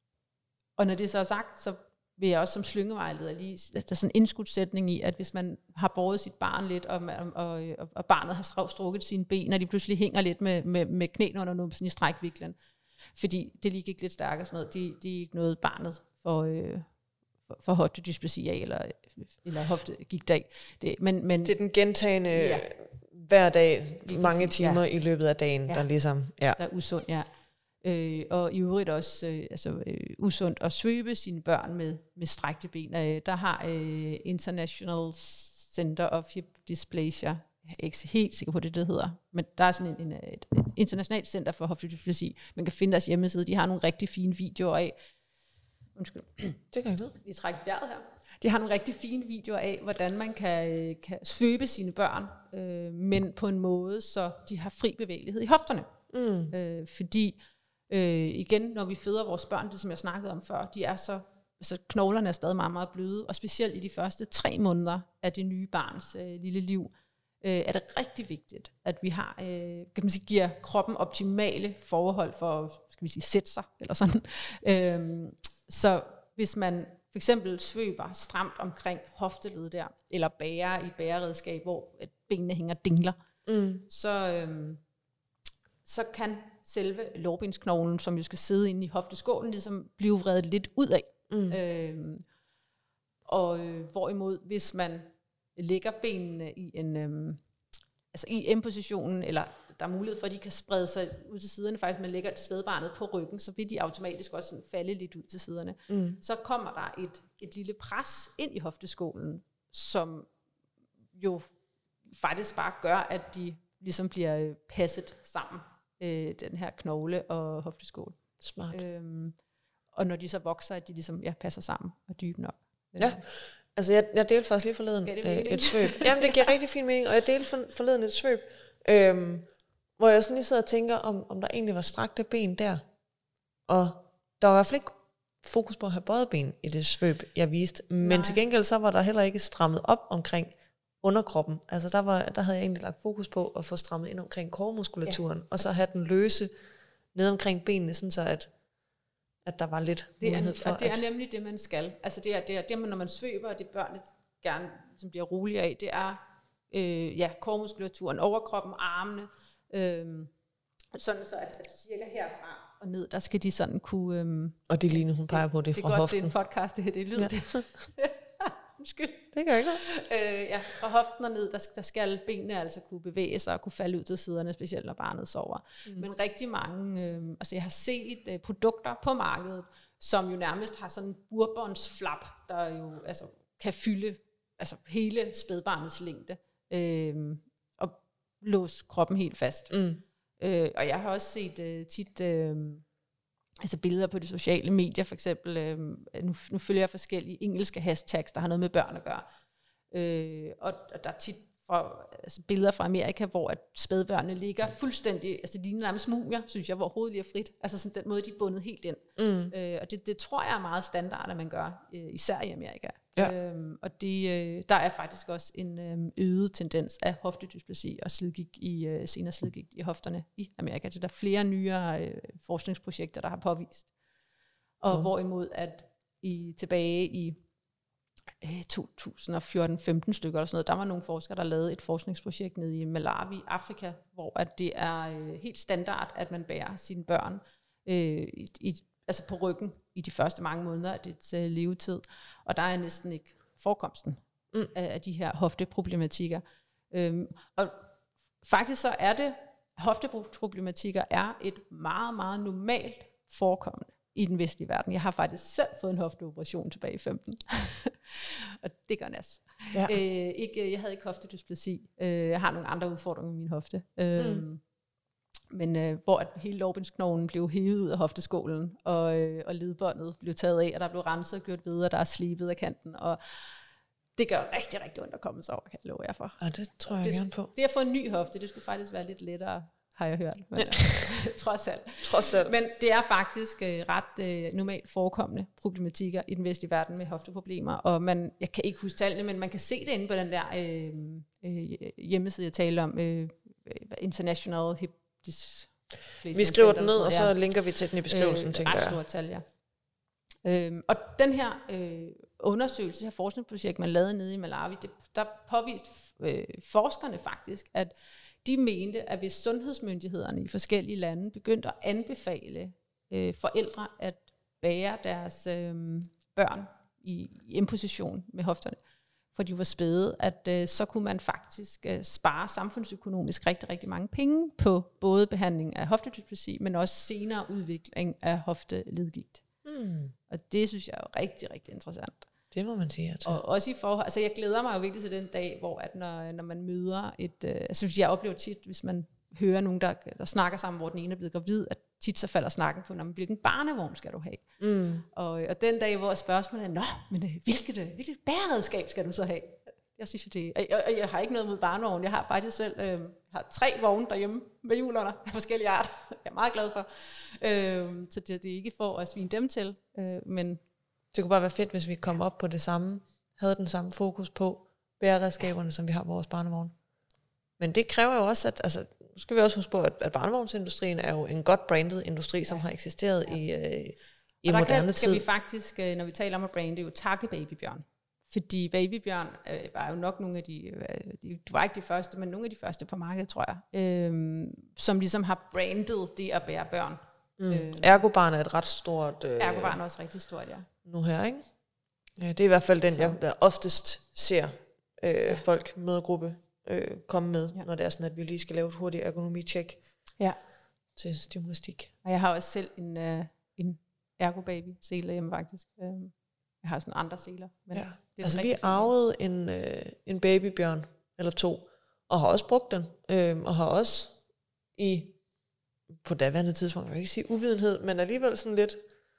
og når det så er sagt, så vil jeg også som slyngevejleder lige, der er sådan en indskudsætning i, at hvis man har båret sit barn lidt, og, og, og, og barnet har strukket sine ben, og de pludselig hænger lidt med, med, med knæene under numsen i strækviklen, fordi det lige gik lidt stærkere sådan noget, det de er ikke noget barnet for, øh, for, for hoftedysplasi af, eller, eller hoftegigt det, men, men, det er den gentagende ja. hver dag, mange præcis, timer ja. i løbet af dagen, ja. der ligesom, ja. Der er usund, ja. Øh, og i øvrigt også øh, altså, øh, usundt at svøbe sine børn med, med strækte ben. Øh, der har øh, International Center of Hip Dysplasia, jeg er ikke helt sikker på det, det hedder, men der er sådan en, en, et, et internationalt center for hoftedysplasi. Man kan finde deres hjemmeside, de har nogle rigtig fine videoer af, undskyld, det kan jeg vide. Vi trækker vejret her. De har nogle rigtig fine videoer af, hvordan man kan, kan svøbe sine børn, øh, men på en måde, så de har fri bevægelighed i hofterne. Mm. Øh, fordi Øh, igen, når vi føder vores børn, det som jeg snakkede om før, de er så, altså knoglerne er stadig meget, meget bløde, og specielt i de første tre måneder af det nye barns øh, lille liv, øh, er det rigtig vigtigt, at vi har, øh, kan man sige, giver kroppen optimale forhold for, skal vi sige, sætte sig, eller sådan. Øh, så hvis man for eksempel svøber stramt omkring hofteledet der, eller bærer i bæreredskab, hvor benene hænger dingler, mm. så, øhm, så kan selve lårbensknoglen, som jo skal sidde inde i hofteskålen, ligesom blive vredet lidt ud af. Mm. Øhm, og øh, hvorimod, hvis man lægger benene i en øhm, altså i M-positionen, eller der er mulighed for, at de kan sprede sig ud til siderne, faktisk man lægger spædbarnet på ryggen, så vil de automatisk også sådan falde lidt ud til siderne. Mm. Så kommer der et, et lille pres ind i hofteskålen, som jo faktisk bare gør, at de ligesom bliver passet sammen, øh, den her knogle og hofteskål. Smart. Øhm, og når de så vokser, at de ligesom ja, passer sammen og dybe nok. Ja, altså jeg, jeg delte faktisk lige forleden øh, et svøb. Jamen det giver rigtig fin mening, og jeg delte for, forleden et svøb, øhm, hvor jeg sådan lige sidder og tænker, om, om der egentlig var strakte ben der. Og der var i hvert fald ikke fokus på at have bøjet ben i det svøb, jeg viste. Men Nej. Til gengæld så var der heller ikke strammet op omkring underkroppen. Altså der, var, der havde jeg egentlig lagt fokus på at få strammet ind omkring koremuskulaturen, ja. Og så have den løse ned omkring benene, sådan så at, at der var lidt det er, mulighed for. Og det er at, nemlig det, man skal. Altså det er det, er, det når man svøber, og det børnene gerne som bliver rolige af, det er øh, ja, koremuskulaturen, overkroppen, armene, øh, sådan så at, at cirka herfra og ned, der skal de sådan kunne... Øh, og det Line, hun peger på, det er fra hoften. hoften. Det er godt, det er en podcast, det her, det er lyd. Ja. Undskyld. Det gør ikke noget. Øh, ja, fra hoften og ned, der, der skal benene altså kunne bevæge sig og kunne falde ud til siderne, specielt når barnet sover. Mm. Men rigtig mange, øh, altså jeg har set øh, produkter på markedet, som jo nærmest har sådan en burbåndsflap, der jo altså kan fylde altså hele spædbarnets længde øh, og låse kroppen helt fast. Mm. Øh, og jeg har også set øh, tit... Øh, altså billeder på de sociale medier, for eksempel, øh, nu, nu følger jeg forskellige engelske hashtags, der har noget med børn at gøre. Øh, og, og der er tit fra, altså billeder fra Amerika, hvor at spædbørnene ligger fuldstændig, altså de ligner nærmest mumier, synes jeg, hvor hovedet lige er frit. Altså sådan den måde, de er bundet helt ind. Mm. Øh, og det, det tror jeg er meget standard, at man gør, øh, især i Amerika. Ja. Øhm, og det, øh, der er faktisk også en øh, øget tendens af hoftedysplasi og slidgigt i, øh, senere slidgigt i hofterne i Amerika. Det er der flere nyere øh, forskningsprojekter, der har påvist. Og mm. hvorimod at i, tilbage i øh, to tusind og fjorten femten stykker eller sådan noget, der var nogle forskere, der lavede et forskningsprojekt nede i Malawi, Afrika, hvor at det er øh, helt standard, at man bærer sine børn øh, i, i altså på ryggen i de første mange måneder af dets uh, levetid. Og der er næsten ikke forekomsten mm. af, af de her hofteproblematikker. Øhm, og faktisk så er det, hofteproblematikker er et meget, meget normalt forekommende i den vestlige verden. Jeg har faktisk selv fået en hofteoperation tilbage i femten. Og det gør nas. Ja. Øh, ikke, jeg havde ikke hoftedysplasi. Øh, jeg har nogle andre udfordringer med min hofte. Øh, mm. Men øh, hvor at hele lårbensknoglen blev hævet ud af hofteskålen, og, øh, og ledbåndet blev taget af, og der blev renset og gjort videre, der er slibet af kanten, og det gør rigtig, rigtig ondt at komme sig over, kan jeg love jer for. Ja, det tror jeg det, gerne på. Det at få en ny hofte, det skulle faktisk være lidt lettere, har jeg hørt. Men, ja. trods alt. Trods alt. Men det er faktisk øh, ret øh, normalt forekommende problematikker i den vestlige verden med hofteproblemer, og man, jeg kan ikke huske tallene, men man kan se det inde på den der øh, øh, hjemmeside, jeg talte om, øh, International Hip Vi skriver den ned, og så linker vi til den i beskrivelsen, øh, tænker jeg. Ret stort tal, ja. Øhm, og den her øh, undersøgelse, det her forskningsprojekt, man lavede nede i Malawi, det, der påviste øh, forskerne faktisk, at de mente, at hvis sundhedsmyndighederne i forskellige lande begyndte at anbefale øh, forældre at bære deres øh, børn i, i imposition med hofterne, for de var spæde, at øh, så kunne man faktisk øh, spare samfundsøkonomisk rigtig, rigtig mange penge på både behandling af hoftedysplasi, men også senere udvikling af hofteledgigt. Mm. Og det synes jeg er rigtig, rigtig interessant. Det må man sige. Altså. Og også i forhold, altså jeg glæder mig jo virkelig til den dag, hvor at når, når man møder et, øh, altså jeg oplever tit, hvis man hører nogen, der, der snakker sammen, hvor den ene er blevet gravid, at tit så falder snakken på, hvilken barnevogn skal du have? Mm. Og, og den dag, hvor spørgsmålet er, nå, men hvilket, hvilket bæreredskab skal du så have? Jeg synes jo det, og jeg, jeg har ikke noget mod barnevogn. Jeg har faktisk selv øh, har tre vogne derhjemme med hjul under af forskellige art. Jeg er meget glad for. Øh, så det, det er ikke for at svine dem til, øh, men det kunne bare være fedt, hvis vi kom op på det samme, havde den samme fokus på bæreredskaberne, som vi har på vores barnevogn. Men det kræver jo også, at altså, nu skal vi også huske på, at, at barnevognsindustrien er jo en godt branded industri, som har eksisteret ja. i øh, i og der moderne kan, skal tid. vi faktisk, når vi taler om at brande, jo takke Babybjørn. Fordi Babybjørn øh, var jo nok nogle af de, øh, de, du var ikke de første, men nogle af de første på markedet, tror jeg, øh, som ligesom har brandet det at bære børn. Mm. Øh, Ergobarn er et ret stort... Øh, Ergobarn er også rigtig stort, ja. Nu her, ikke? Ja, det er i hvert fald den, jeg der oftest ser øh, ja. folk mødergruppe øh, komme med, ja. når det er sådan, at vi lige skal lave et hurtigt ergonomi-check ja. til gymnastik. Og jeg har også selv en, øh, en ergobaby-sele hjemme, faktisk. Jeg har sådan andre seler. Men ja. det er altså vi arvede en, øh, en babybjørn, eller to, og har også brugt den, øh, og har også i, på daværende tidspunkt, jeg kan ikke sige uvidenhed, men alligevel sådan lidt,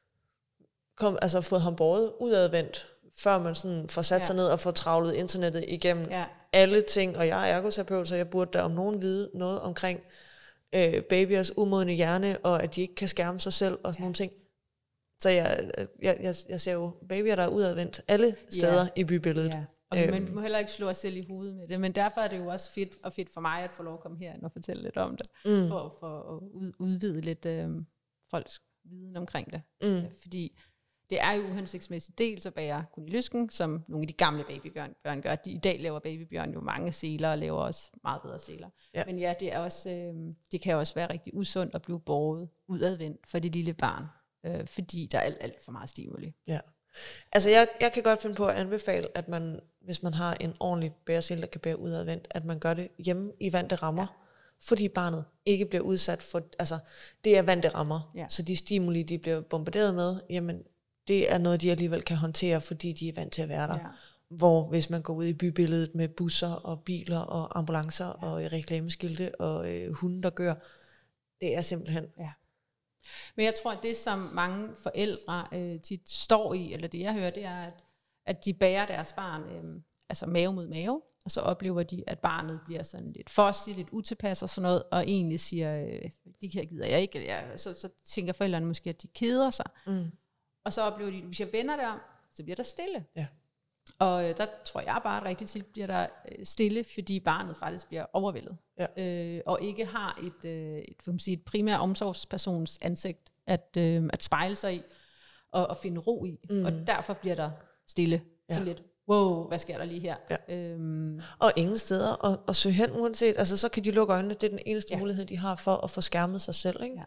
kom, altså fået ham båret udadvendt, før man sådan får sat ja. sig ned og får travlet internettet igennem ja. alle ting, og jeg er ergoterapeut, så jeg burde da om nogen vide noget omkring øh, babyers umodne hjerne, og at de ikke kan skærme sig selv, og sådan ja. nogle ting. Så jeg, jeg, jeg, jeg ser jo babyer, der er udadvendt alle steder ja. i bybilledet. Ja. Og øhm. man må heller ikke slå os selv i hovedet med det, men derfor er det jo også fedt, og fedt for mig at få lov at komme her og fortælle lidt om det, mm. for, for at udvide lidt øh, folks viden omkring det. Mm. Fordi det er jo uhensigtsmæssigt dels at bære kun i lysken, som nogle af de gamle babybjørn gør. De, I dag laver babybjørn jo mange seler, og laver også meget bedre seler. Ja. Men ja, det, er også, øh, det kan også være rigtig usundt at blive båret udadvendt for det lille barn. Øh, fordi der er alt, alt for meget stimuli. Ja. Altså jeg, jeg kan godt finde på at anbefale, at man, hvis man har en ordentlig bæresele, der kan bære udadvendt, at man gør det hjemme i vante rammer, ja. fordi barnet ikke bliver udsat for, altså det er vante rammer, ja. så de stimuli, de bliver bombarderet med, jamen det er noget, de alligevel kan håndtere, fordi de er vant til at være der. Ja. Hvor hvis man går ud i bybilledet med busser og biler og ambulancer ja. og reklameskilte og øh, hunde, der gør, det er simpelthen... Ja. Men jeg tror, at det, som mange forældre øh, tit står i, eller det jeg hører, det er, at, at de bærer deres barn øh, altså mave mod mave, og så oplever de, at barnet bliver sådan lidt fossigt, lidt utilpas og sådan noget, og egentlig siger, øh, det her gider jeg ikke, eller jeg, så, så tænker forældrene måske, at de keder sig. Mm. Og så oplever de, hvis jeg vender det om, så bliver der stille. Ja. Og øh, der tror jeg bare, at rigtig tit bliver der øh, stille, fordi barnet faktisk bliver overvældet. Ja. Øh, og ikke har et, øh, et, kan man sige, et primært omsorgspersons ansigt at, øh, at spejle sig i, og, og finde ro i. Mm. Og derfor bliver der stille. Ja. Sådan lidt, wow, hvad sker der lige her? Ja. Øhm. Og ingen steder at, at søge hen uanset. Altså så kan de lukke øjnene. Det er den eneste ja. mulighed, de har for at få skærmet sig selv. Ikke? Ja.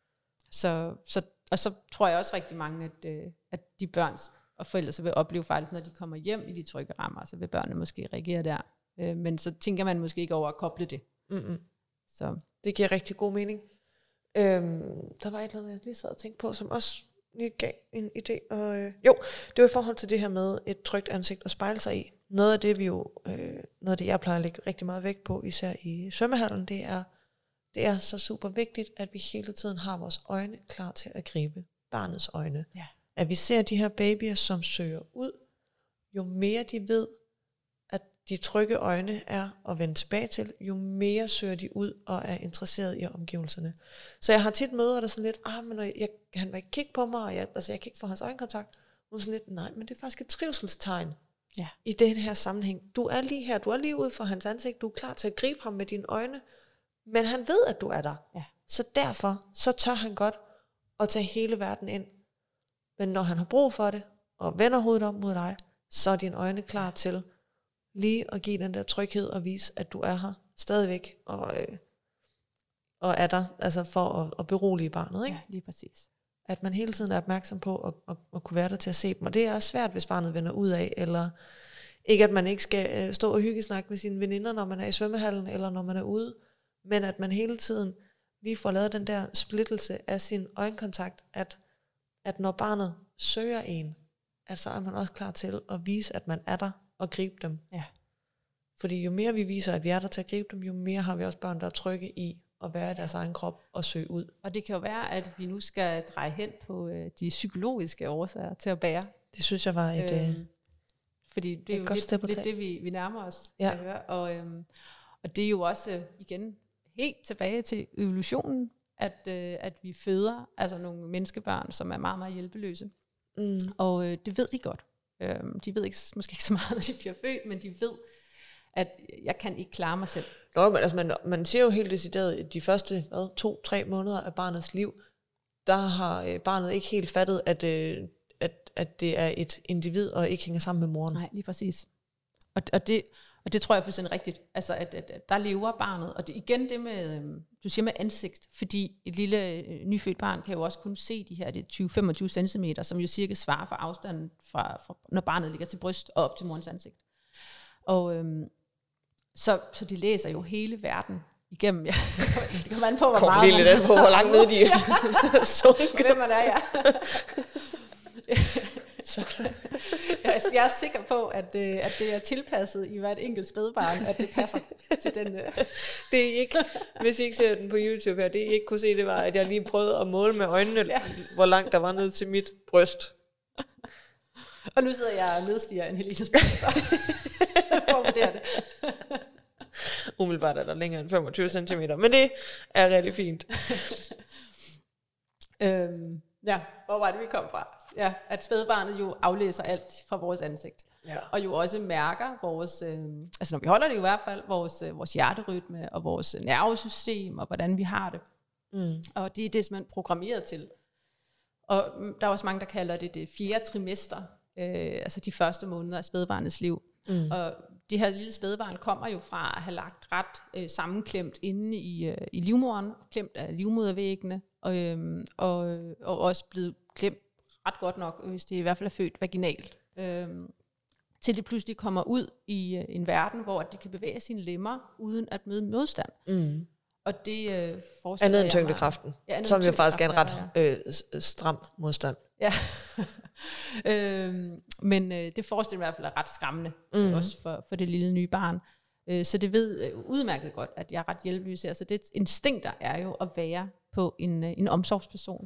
Så, så, og så tror jeg også rigtig mange, at, øh, at de børns og forældre så vil opleve faktisk, når de kommer hjem i de trygge rammer, så vil børnene måske reagere der. Øh, men så tænker man måske ikke over at koble det. Mm-hmm. Så. Det giver rigtig god mening. Øhm, der var et eller andet, jeg lige sad og tænkte på, som også lige gav en idé. Og, øh, jo, det var i forhold til det her med et trygt ansigt at spejle sig i. Noget af det, vi jo, øh, noget af det, jeg plejer at lægge rigtig meget vægt på, især i svømmehallen, det er, det er så super vigtigt, at vi hele tiden har vores øjne klar til at gribe barnets øjne. Ja. At vi ser de her babyer, som søger ud, jo mere de ved, at de trygge øjne er at vende tilbage til, jo mere søger de ud og er interesseret i omgivelserne. Så jeg har tit møder, der sådan lidt, ah, men jeg, han vil ikke kigge på mig, og jeg, altså jeg kan ikke få hans øjenkontakt. Og sådan lidt, nej, men det er faktisk et trivselstegn ja. i den her sammenhæng. Du er lige her, du er lige ude for hans ansigt, du er klar til at gribe ham med dine øjne, men han ved, at du er der. Ja. Så derfor, så tør han godt at tage hele verden ind. Men når han har brug for det, og vender hovedet om mod dig, så er dine øjne klar til lige at give den der tryghed og vise, at du er her stadigvæk, og, øh, og er der, altså for at, at berolige barnet, ikke? Ja, lige præcis. At man hele tiden er opmærksom på at, at, at kunne være der til at se dem, og det er svært, hvis barnet vender ud af, eller ikke at man ikke skal øh, stå og hyggesnakke med sine veninder, når man er i svømmehallen, eller når man er ude, men at man hele tiden lige får lavet den der splittelse af sin øjenkontakt, at at når barnet søger en, at så er man også klar til at vise, at man er der og gribe dem. Ja. Fordi jo mere vi viser, at vi er der til at gribe dem, jo mere har vi også børn, der er trygge i at være i deres egen krop og søge ud. Og det kan jo være, at vi nu skal dreje hen på øh, de psykologiske årsager til at bære. Det synes jeg var et, øh, fordi det er jo lidt, lidt det, vi, vi nærmer os. Ja. Høre. Og, øhm, og det er jo også øh, igen helt tilbage til evolutionen, At, øh, at vi føder altså nogle menneskebørn, som er meget, meget hjælpeløse. Mm. Og øh, det ved de godt. Øhm, de ved ikke, måske ikke så meget, når de bliver født, men de ved, at jeg kan ikke klare mig selv. Nå, men altså, man, man siger jo helt decideret, at de første hvad, to, tre måneder af barnets liv, der har øh, barnet ikke helt fattet, at, øh, at, at det er et individ, og ikke hænger sammen med moren. Nej, lige præcis. Og, og, det, og det tror jeg er fuldstændig rigtigt. Altså, at, at, at der lever barnet. Og det, igen det med, øh, du siger med ansigt, fordi et lille øh, nyfødt barn kan jo også kun se de her tyve til femogtyve centimeter, som jo cirka svarer for afstanden, fra, fra, når barnet ligger til bryst og op til morens ansigt. Og øhm, så, så de læser jo hele verden igennem. Ja. Det kommer an på, hvor meget lige lidt på, hvor langt nede de er sunket. Hvem man er, ja. jeg, jeg er sikker på, at, øh, at det er tilpasset i hvert enkelt spædbarn, at det passer til den. Øh. Det er ikke, hvis I ikke ser den på YouTube her, det I ikke kunne se, det var, at jeg lige prøvede at måle med øjnene, ja. hvor langt der var ned til mit bryst. Og nu sidder jeg og nedstiger en Helenes bryst. For at vurdere det. Umiddelbart er der længere end femogtyve centimeter, men det er rigtig fint. øhm, ja, hvor var det, vi kom fra? Ja, at spædbarnet jo aflæser alt fra vores ansigt. Ja. Og jo også mærker vores, øh, altså når vi holder det i hvert fald, vores, øh, vores hjerterytme og vores nervesystem og hvordan vi har det. Mm. Og det er det simpelthen programmeret til. Og der er også mange, der kalder det det fjerde trimester, øh, altså de første måneder af spædbarnets liv. Mm. Og det her lille spædbarn kommer jo fra at have lagt ret øh, sammenklemt inde i, øh, i livmoderen, klemt af livmodervæggene, og, øh, og, og også blevet klemt ret godt nok, hvis det i hvert fald er født vaginalt. Øh, til det pludselig kommer ud i øh, en verden, hvor de kan bevæge sine lemmer, uden at møde modstand. Mm. Og det øh, forestiller andet end tyngdekraften, ja, som jo faktisk er en ret øh, stram modstand. Ja, øhm, men øh, det forestiller mig i hvert fald er ret skræmmende, mm. også for, for det lille nye barn. Øh, så det ved øh, udmærket godt, at jeg er ret hjælpeløs her. Så det instinkter er jo at være på en, øh, en omsorgsperson.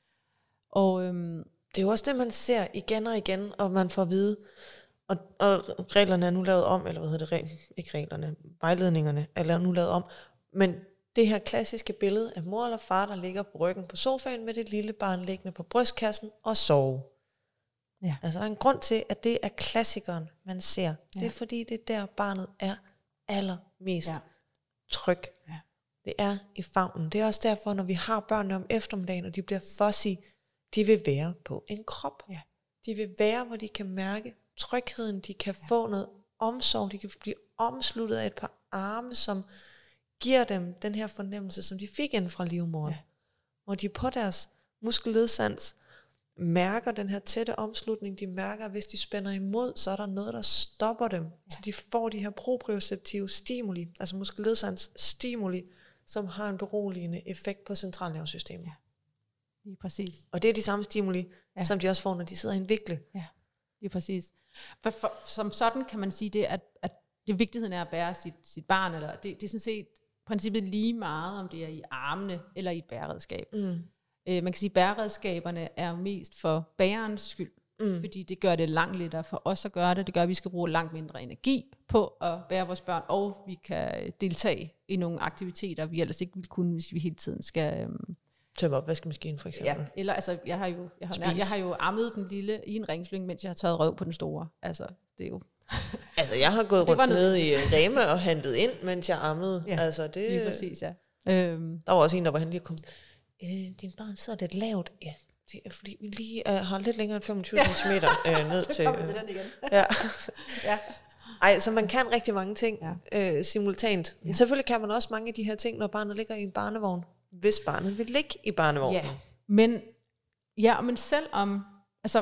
Og, øhm, det er jo også det, man ser igen og igen, og man får at vide, og, og reglerne er nu lavet om, eller hvad hedder det, ikke reglerne, vejledningerne er nu lavet om, men det her klassiske billede af mor eller far, der ligger på ryggen på sofaen med det lille barn liggende på brystkassen og sove. Ja. Altså der er en grund til, at det er klassikeren, man ser. Ja. Det er fordi, det er der barnet er allermest ja. tryg. Ja. Det er i favnen. Det er også derfor, når vi har børnene om eftermiddagen, og de bliver fussy, de vil være på en krop. Ja. De vil være, hvor de kan mærke trygheden, de kan ja. få noget omsorg, de kan blive omsluttet af et par arme, som giver dem den her fornemmelse, som de fik inden fra livmoderen. Ja. Hvor de på deres muskelledsans mærker den her tætte omslutning. De mærker, at hvis de spænder imod, så er der noget, der stopper dem. Ja. Så de får de her proprioceptive stimuli, altså muskelledsans stimuli, som har en beroligende effekt på centralnervesystemet. Ja. Lige præcis. Og det er de samme stimuli, ja. som de også får, når de sidder i en vikle. Ja, lige præcis. For, for, som sådan kan man sige det, at, at det vigtigheden er at bære sit, sit barn, eller det, det er sådan set princippet lige meget, om det er i armene eller i et bæreredskab. Mm. Øh, man kan sige, at bæreredskaberne er mest for bærerens skyld, mm. fordi det gør det langt lettere for os at gøre det. Det gør, at vi skal bruge langt mindre energi på at bære vores børn, og vi kan deltage i nogle aktiviteter, vi ellers ikke ville kunne, hvis vi hele tiden skal øhm, tømme opvaskemaskinen for eksempel. Ja, eller altså, jeg har jo, jeg har, nær, jeg har jo ammet den lille i en ringslyng, mens jeg har taget røv på den store. Altså, det er jo... altså, jeg har gået rundt nede i Rema og hentet ind, mens jeg ammede. Ja, altså, det, lige præcis, ja. Øhm. Der var også en, der var hen lige kom. Øh, din barn sidder lidt lavt. Ja, det er fordi, vi lige øh, har lidt længere end femogtyve centimeter øh, ned til... Kommer til den igen. ja. ja. Ej, så man kan rigtig mange ting ja. øh, simultant. Ja. Men selvfølgelig kan man også mange af de her ting, når barnet ligger i en barnevogn. Hvis barnet vil ligge i barnevognen. Ja, men, ja, men selvom, altså,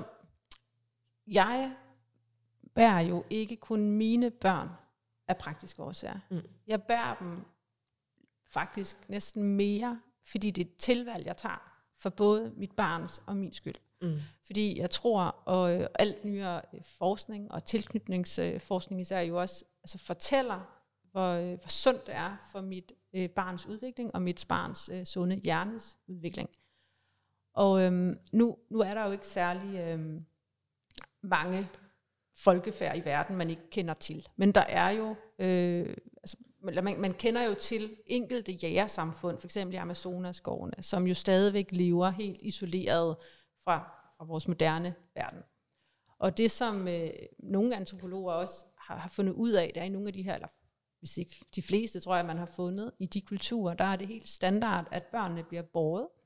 jeg bærer jo ikke kun mine børn af praktiske årsager. Mm. Jeg bærer dem faktisk næsten mere, fordi det er et tilvalg, jeg tager for både mit barns og min skyld. Mm. Fordi jeg tror, og øh, alt nyere forskning og tilknytningsforskning især jo også altså fortæller, hvor, øh, hvor sundt det er for mit øh, barns udvikling og mit barns øh, sunde hjernes udvikling. Og øhm, nu, nu er der jo ikke særlig øhm, mange folkefærd i verden, man ikke kender til. Men der er jo, øh, altså, man, man kender jo til enkelte jægersamfund, for eksempel i Amazonaskovene, som jo stadigvæk lever helt isoleret fra, fra vores moderne verden. Og det, som øh, nogle antropologer også har, har fundet ud af, det er i nogle af de her, eller hvis ikke de fleste, tror jeg, man har fundet, i de kulturer, der er det helt standard, at børnene bliver båret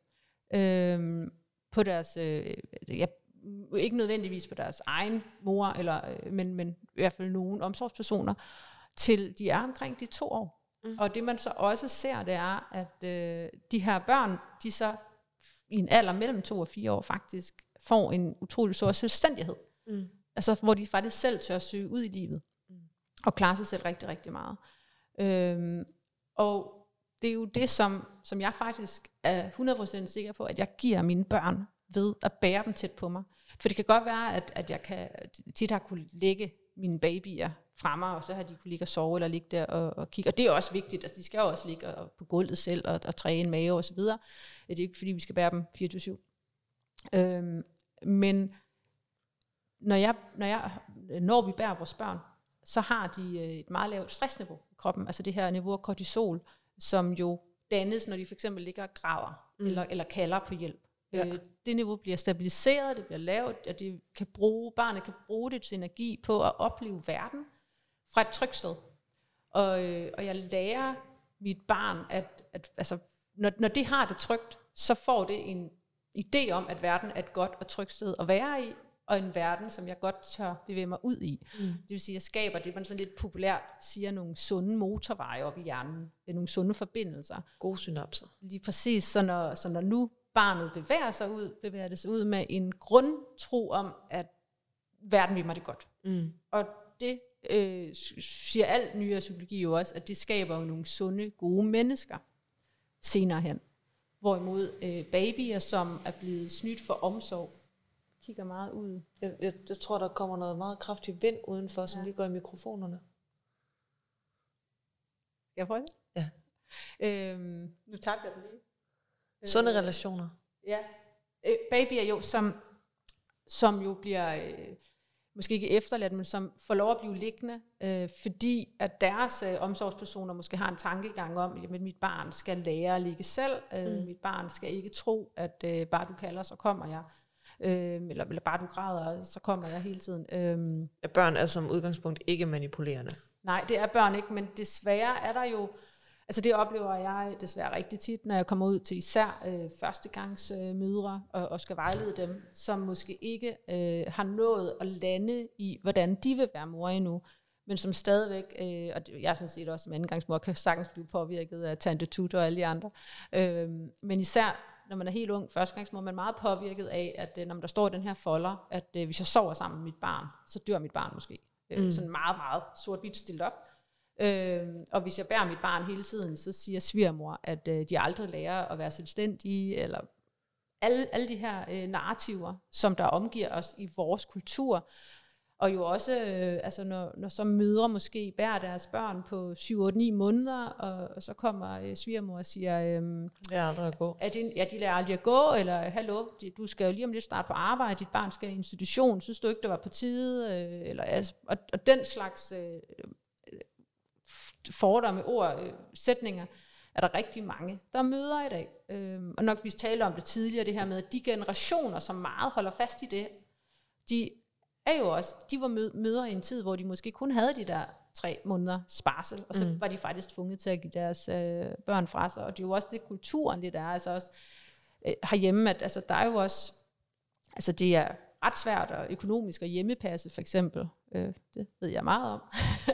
øh, på deres, øh, ja, ikke nødvendigvis på deres egen mor, eller, øh, men, men i hvert fald nogle omsorgspersoner, til de er omkring de to år. Mm. Og det man så også ser, det er, at øh, de her børn, de så i en alder mellem to og fire år faktisk får en utrolig stor selvstændighed. Mm. Altså hvor de faktisk selv tør at søge ud i livet. Mm. Og klare sig selv rigtig, rigtig meget. Øhm, og det er jo det, som, som jeg faktisk er hundrede procent sikker på, at jeg giver mine børn ved at bære dem tæt på mig. For det kan godt være, at, at jeg kan tit har kunne lægge mine babyer fra mig, og så har de kunne ligge og sove, eller ligge der og, og kigge. Og det er også vigtigt, altså de skal jo også ligge og, på gulvet selv, og, og træne mave og så videre. Det er ikke fordi, vi skal bære dem fireogtyve syv. Øhm, men når, jeg, når, jeg, når vi bærer vores børn, så har de et meget lavt stressniveau i kroppen, altså det her niveau af kortisol, som jo dannes, når de for eksempel ligger og græder, mm. eller, eller kalder på hjælp. Ja. Øh, det niveau bliver stabiliseret, det bliver lavt, og det kan bruge, barnet kan bruge det til energi på at opleve verden fra et trygt sted. Og, øh, og jeg lærer mit barn, at, at altså, når, når det har det trygt, så får det en idé om, at verden er et godt og trygt sted at være i, og en verden, som jeg godt tør bevæge mig ud i. Mm. Det vil sige, at jeg skaber det, man sådan lidt populært siger, nogle sunde motorveje op i hjernen, nogle sunde forbindelser. Gode synapser. Lige præcis, så når, så når nu barnet bevæger sig ud, bevæger det sig ud med en grundtro om, at verden vil mig det godt. Mm. Og det øh, siger alt nyere psykologi jo også, at det skaber jo nogle sunde, gode mennesker senere hen. Hvorimod øh, babyer, som er blevet snydt for omsorg, kigger meget ud. Jeg, jeg, jeg tror, der kommer noget meget kraftig vind udenfor, som ja. lige går i mikrofonerne. Skal jeg prøve det? Ja. Øhm, nu tabte jeg den lige. Sunde øh, relationer. Ja. Øh, babyer jo, som, som jo bliver, øh, måske ikke efterladt, men som får lov at blive liggende, øh, fordi at deres øh, omsorgspersoner måske har en tankegang om, at mit barn skal lære at ligge selv, øh, mm. mit barn skal ikke tro, at øh, bare du kalder, så kommer jeg. Øh, eller, eller bare du græder, så kommer jeg hele tiden. Øh, ja, børn er som udgangspunkt ikke manipulerende. Nej, det er børn ikke, men desværre er der jo, altså det oplever jeg desværre rigtig tit, når jeg kommer ud til især øh, førstegangs øh, mødre og, og skal vejlede dem, som måske ikke øh, har nået at lande i, hvordan de vil være mor endnu, men som stadigvæk, øh, og jeg er sådan set også som andengangsmor, kan sagtens blive påvirket af Tante Tut og alle de andre, øh, men især når man er helt ung, førstegangsmor, man er meget påvirket af, at når der står den her folder, at øh, hvis jeg sover sammen med mit barn, så dør mit barn måske. Øh, mm. Sådan meget, meget sort-hvidt stillet op. Øh, og hvis jeg bærer mit barn hele tiden, så siger svigermor, at øh, de aldrig lærer at være selvstændige, eller alle, alle de her øh, narrativer, som der omgiver os i vores kultur. Og jo også, øh, altså når, når så mødre måske bærer deres børn på syv otte ni måneder, og, og så kommer øh, svigermor og siger, øh, jeg aldrig at gå. Er det, ja, de lærer aldrig at gå, eller hallo, du skal jo lige om lidt starte på arbejde, dit barn skal i institution, synes du ikke, det var på tide? Øh, eller, altså, og, og den slags øh, fordomme, ord, øh, sætninger, er der rigtig mange, der møder i dag. Øh, og nok vi talte om det tidligere, det her med, at de generationer, som meget holder fast i det, de er jo også, de var mødre i en tid, hvor de måske kun havde de der tre måneder sparsel, og så mm. var de faktisk tvunget til at give deres øh, børn fra sig, og det er jo også det kulturen, det der er, altså også øh, herhjemme, at altså, der er jo også, altså det er ret svært og økonomisk at hjemmepasse, for eksempel, øh, det ved jeg meget om,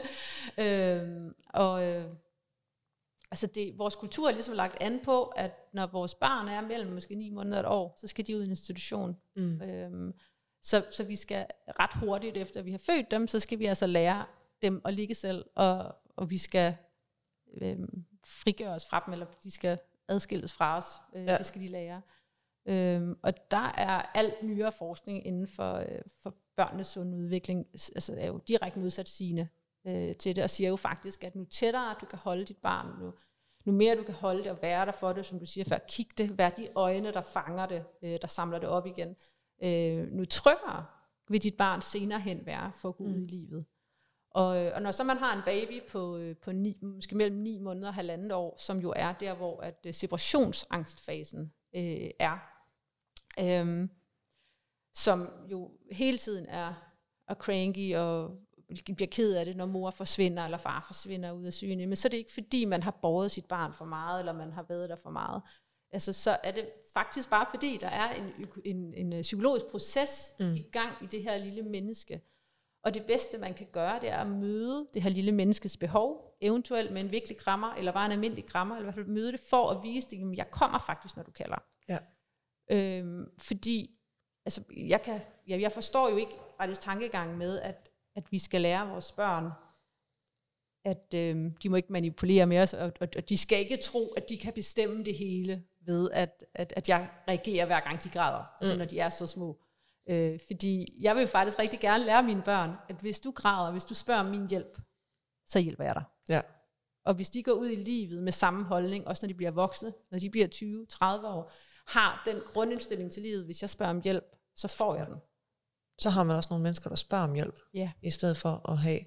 øh, og øh, altså det, vores kultur er ligesom lagt an på, at når vores barn er mellem måske ni måneder og et år, så skal de ud i en institution, mm. øh, Så, så vi skal ret hurtigt, efter vi har født dem, så skal vi altså lære dem at ligge selv, og, og vi skal øh, frigøre os fra dem, eller de skal adskilles fra os. Øh, ja. Det skal de lære. Øh, og der er alt nyere forskning inden for, øh, for børnenes sunde udvikling, altså er jo direkte modsatsigende øh, til det, og siger jo faktisk, at nu tættere du kan holde dit barn, nu, nu mere du kan holde det og være der for det, som du siger før, kig det, vær de øjne, der fanger det, øh, der samler det op igen. Øh, nu tryggere vil dit barn senere hen være for at gå ud mm. i livet. Og, og når så man har en baby på, på ni, måske mellem ni måneder og halvandet år, som jo er der, hvor at uh, separationsangstfasen øh, er, øh, som jo hele tiden er, er cranky og bliver ked af det, når mor forsvinder eller far forsvinder ud af syne, men så er det ikke fordi, man har båret sit barn for meget, eller man har været der for meget. altså, så er det faktisk bare fordi, der er en, en, en psykologisk proces mm. i gang i det her lille menneske. Og det bedste, man kan gøre, det er at møde det her lille menneskes behov, eventuelt med en virkelig krammer, eller bare en almindelig krammer, eller i hvert fald møde det for at vise det, at jeg kommer faktisk, når du kalder. Ja. Øhm, fordi, altså, jeg, kan, ja, jeg forstår jo ikke faktisk tankegangen med, at, at vi skal lære vores børn, at øhm, de må ikke manipulere med os, og, og, og de skal ikke tro, at de kan bestemme det hele ved, at, at, at jeg reagerer hver gang de græder, mm. altså når de er så små. Øh, fordi jeg vil jo faktisk rigtig gerne lære mine børn, at hvis du græder, hvis du spørger om min hjælp, så hjælper jeg dig. Ja. Og hvis de går ud i livet med samme holdning, også når de bliver voksne, når de bliver tyve tredive år, har den grundindstilling til livet, hvis jeg spørger om hjælp, så får jeg den. Så har man også nogle mennesker, der spørger om hjælp, ja. i stedet for at have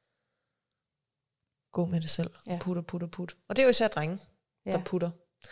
gå med det selv, ja. putter, putter, putter. Og det er jo især drenge, ja. der putter.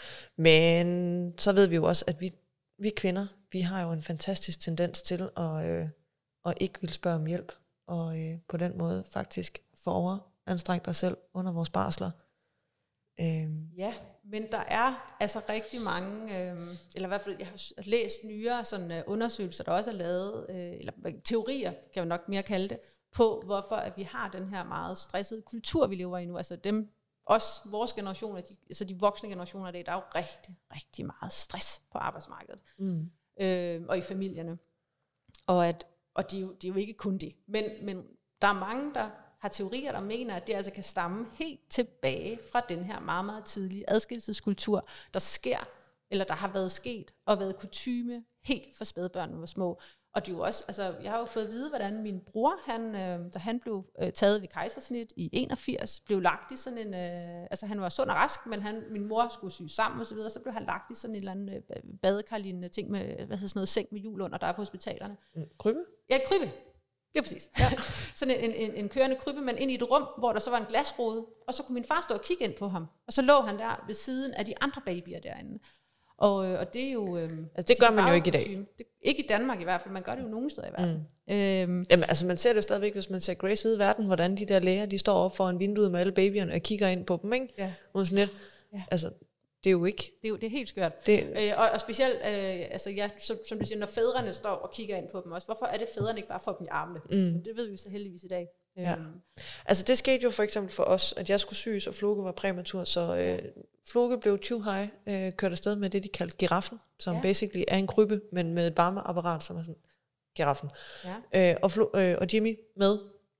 Men så ved vi jo også, at vi, vi kvinder, vi har jo en fantastisk tendens til at, øh, at ikke vil spørge om hjælp, og øh, på den måde faktisk få overanstrengt os selv under vores barsler. Øhm. Ja, men der er altså rigtig mange, øh, eller i hvert fald, jeg har læst nyere sådan, uh, undersøgelser, der også er lavet, øh, eller teorier, kan man nok mere kalde det, på hvorfor at vi har den her meget stressede kultur, vi lever i nu. Altså dem, også vores generationer, de, altså de voksne generationer i dag, der er jo rigtig, rigtig meget stress på arbejdsmarkedet. Mm. Øh, og i familierne. Og, at, og det, er jo, det er jo ikke kun det. Men, men der er mange, der har teorier, der mener, at det altså kan stamme helt tilbage fra den her meget, meget tidlige adskillelseskultur, der sker, eller der har været sket, og været kutyme helt fra spædbørnene var små. Og det er jo også, altså jeg har jo fået at vide, hvordan min bror, han, øh, da han blev øh, taget ved kejsersnit i enogfirs, blev lagt i sådan en, øh, altså han var sund og rask, men han, min mor skulle sy sammen og så videre, så blev han lagt i sådan en eller anden øh, badekarlignende ting med, hvad hedder sådan noget, seng med hjul under, der er på hospitalerne. Mm, krybbe? Ja, krybbe. Det er præcis. Ja. Sådan en, en, en kørende krybbe, men ind i et rum, hvor der så var en glasrude, og så kunne min far stå og kigge ind på ham, og så lå han der ved siden af de andre babyer derinde. Og, og det er jo... Øhm, altså det gør man jo ikke i dag. Det, ikke i Danmark i hvert fald, man gør det jo nogle steder i verden. Mm. Øhm, Jamen altså man ser det jo stadigvæk, hvis man ser Grace Hvide Verden, hvordan de der læger, de står op foran vinduet med alle babyerne og kigger ind på dem, ikke? Ja. Og sådan lidt. Ja. Altså det er jo ikke... Det er jo det er helt skørt. Det, øh, og, og specielt, øh, altså ja, som, som du siger, når fædrene står og kigger ind på dem også, hvorfor er det fædrene ikke bare får dem i armene? Mm. Det ved vi så heldigvis i dag. Ja. Øhm. Altså det skete jo for eksempel for os, at jeg skulle syes, og Floke var præmatur, så øh, Floke blev tyve high, øh, kørte afsted med det, de kaldte giraffen, som ja. basically er en krybbe, men med et varmeapparat, som er sådan giraffen. Ja. Øh, og, Flo- øh, og Jimmy med,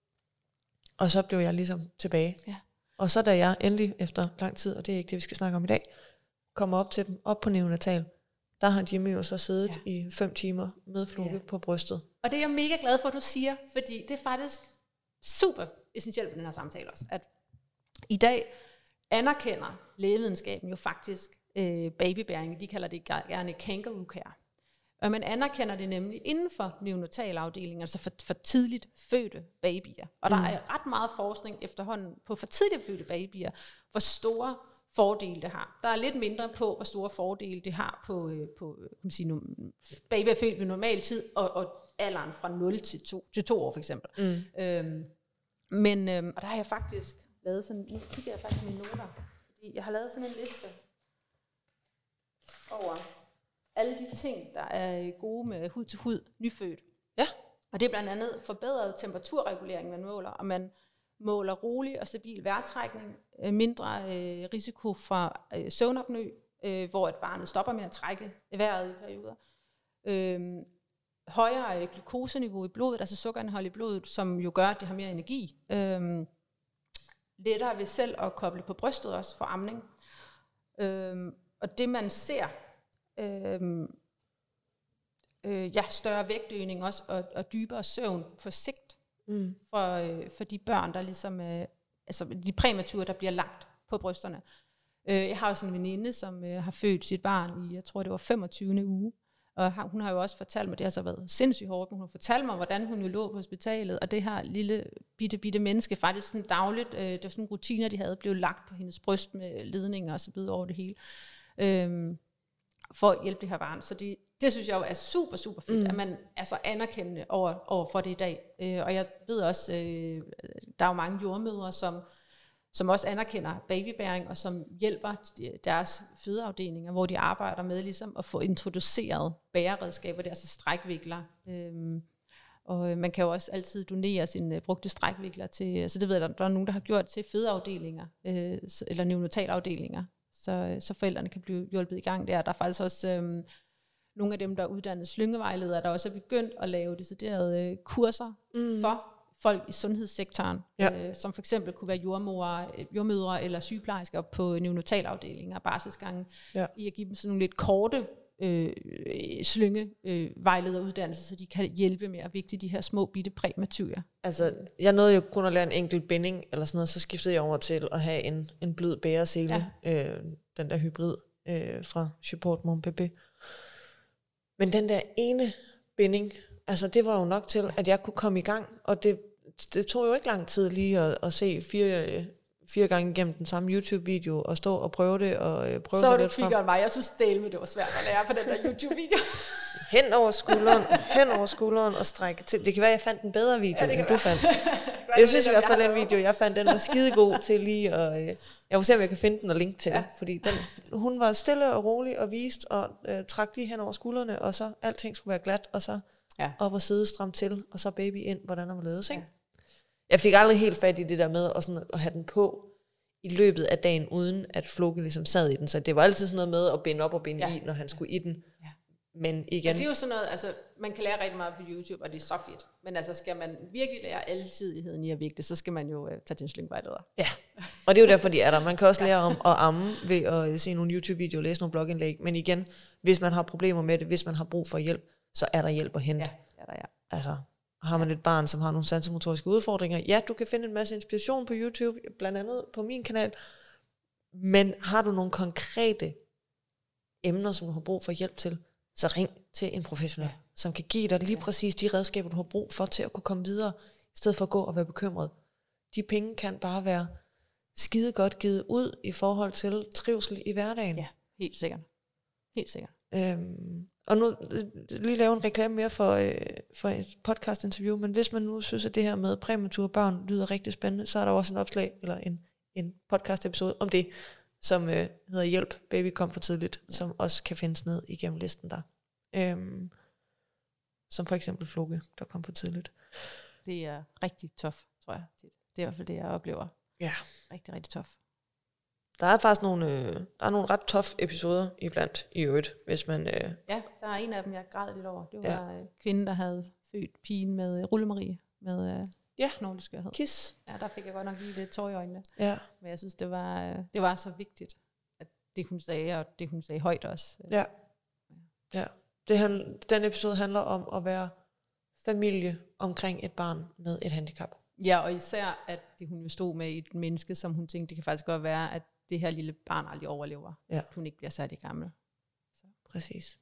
og så blev jeg ligesom tilbage. Ja. Og så da jeg endelig, efter lang tid, og det er ikke det, vi skal snakke om i dag, kommer op til dem, op på neonatal, der har Jimmy jo så siddet ja. i fem timer med Floke ja. på brystet. Og det er jeg mega glad for, at du siger, fordi det er faktisk super essentielt for den her samtale også, at i dag anerkender lægevidenskaben jo faktisk øh, babybæring, de kalder det gerne kangaroo care. Og man anerkender det nemlig inden for neonatalafdelingen, altså for, for tidligt fødte babyer. Og der mm. er ret meget forskning efterhånden på for tidligt fødte babyer, hvor store fordele det har. Der er lidt mindre på, hvor store fordele det har på, øh, på kan man sige, baby er født ved normal tid, og, og alderen fra nul til to, til to år for eksempel. Mm. Øhm, men, øhm, og der har jeg faktisk lavet sådan, nu kigger jeg faktisk mine noter, fordi jeg har lavet sådan en liste over alle de ting, der er gode med hud til hud, nyfødt. Ja. Og det er blandt andet forbedret temperaturregulering, man måler, og man måler rolig og stabil vejrtrækning, mindre øh, risiko for øh, søvnopnø, øh, hvor et barnet stopper med at trække vejret i perioder. Øh, højere glukoseniveau i blodet, altså sukkerindhold i blodet, som jo gør, at det har mere energi. Øhm, lettere ved selv at koble på brystet også for amning. Øhm, og det man ser, øhm, øh, ja, større vægtøgning også, og, og dybere søvn på sigt mm. for, øh, for de børn, der ligesom, øh, altså de præmature, der bliver lagt på brysterne. Øh, jeg har også en veninde, som øh, har født sit barn i, jeg tror det var femogtyvende uge. Og hun har jo også fortalt mig, det har så været sindssygt hårdt, men hun har fortalt mig, hvordan hun jo lå på hospitalet, og det her lille bitte, bitte menneske, faktisk sådan dagligt, øh, det var sådan rutiner, de havde, blev lagt på hendes bryst med ledninger og så videre over det hele, øh, for at hjælpe det her barn. Så det, det synes jeg jo er super, super fedt, mm. at man altså anerkender over, over for det i dag. Øh, og jeg ved også, øh, der er jo mange jordmødre, som som også anerkender babybæring, og som hjælper deres fødeafdelinger, hvor de arbejder med ligesom at få introduceret bæreredskaber, det er altså strækvikler. Øhm, og man kan jo også altid donere sine brugte strækvikler til, så det ved jeg, der er nogen, der har gjort til fødeafdelinger, øh, eller neonatalafdelinger, så, så forældrene kan blive hjulpet i gang der. Der er faktisk også øhm, nogle af dem, der er uddannet slyngevejledere, der også er begyndt at lave deciderede øh, kurser mm. for folk i sundhedssektoren, ja. øh, som for eksempel kunne være jordmødre, jordmødre eller sygeplejersker på neonatalafdelinger og barselsgange, ja. i at give dem sådan nogle lidt korte øh, slynge øh, vejlederuddannelser, så de kan hjælpe med at vigtige de her små bitte præmatyrer. Altså, jeg nåede jo kun at lære en enkelt binding, eller sådan noget, så skiftede jeg over til at have en, en blød bæresele, ja. øh, den der hybrid øh, fra Support Mom Bébé. Men den der ene binding, altså det var jo nok til, at jeg kunne komme i gang, og det det tog jo ikke lang tid lige at, at se fire, fire gange igennem den samme YouTube-video, og stå og prøve det, og øh, prøve så sig lidt frem. Så var du mig. Jeg synes dele med, det var svært at lære på den der YouTube-video. hen over skulderen, hen over skulderen og strække til. Det kan være, at jeg fandt en bedre video, ja, end du fandt. Jeg synes i hvert fald, den video, jeg fandt, den var skidegod til lige at... Øh, jeg vil se, om jeg kan finde den og linke til ja. det, fordi den, hun var stille og rolig og vist, og øh, trak lige hen over skuldrene, og så alting skulle være glat, og så ja. op og sidde stramt til, og så baby ind, hvordan der var ledes, ikke? Ja. Jeg fik aldrig helt fat i det der med at, sådan, at have den på i løbet af dagen, uden at Floke ligesom sad i den. Så det var altid sådan noget med at binde op og binde ja. i, når han skulle i den. Ja. Men igen... Ja, det er jo sådan noget, altså man kan lære rigtig meget på YouTube, og det er så fedt. Men altså skal man virkelig lære altidigheden i at vægte, så skal man jo uh, tage til en slyngvejleder. Ja, og det er jo derfor, de er der. Man kan også lære om at amme ved at se nogle YouTube-videoer, læse nogle blogindlæg. Men igen, hvis man har problemer med det, hvis man har brug for hjælp, så er der hjælp at hente. Ja, er der, ja. Altså... Har man et barn, som har nogle sansemotoriske udfordringer, ja, du kan finde en masse inspiration på YouTube, blandt andet på min kanal, men har du nogle konkrete emner, som du har brug for hjælp til, så ring til en professionel, ja. som kan give dig lige præcis de redskaber, du har brug for til at kunne komme videre, i stedet for at gå og være bekymret. De penge kan bare være skide godt givet ud i forhold til trivsel i hverdagen. Ja, helt sikkert. Helt sikkert. Øhm, og nu lige lave en reklame mere for, øh, for et podcast interview, men hvis man nu synes, at det her med præmature børn lyder rigtig spændende, så er der også en opslag, eller en, en podcast episode om det, som øh, hedder Hjælp, baby kom for tidligt, ja. som også kan findes ned igennem listen der. Øhm, som for eksempel Floke, der kom for tidligt. Det er rigtig tough, tror jeg. Det er i hvert fald det, jeg oplever. Ja. Rigtig, rigtig tough. Der er faktisk nogle, øh, der er nogle ret tough episoder iblandt i øvrigt, hvis man... Øh... Ja, der er en af dem, jeg græd lidt over. Det var ja. kvinden, der havde født pigen med rullemarie, med øh, ja. knogleskørhed. Kiss. Ja, der fik jeg godt nok lige lidt tår i øjnene. Ja. Men jeg synes, det var, øh, det var så vigtigt, at det hun sagde, og det hun sagde højt også. Ja. ja. Det han, den episode handler om at være familie omkring et barn med et handicap. Ja, og især, at det hun jo stod med et menneske, som hun tænkte, det kan faktisk godt være, at det her lille barn aldrig overlever. Ja. At hun ikke bliver særlig gammel. Så. Præcis.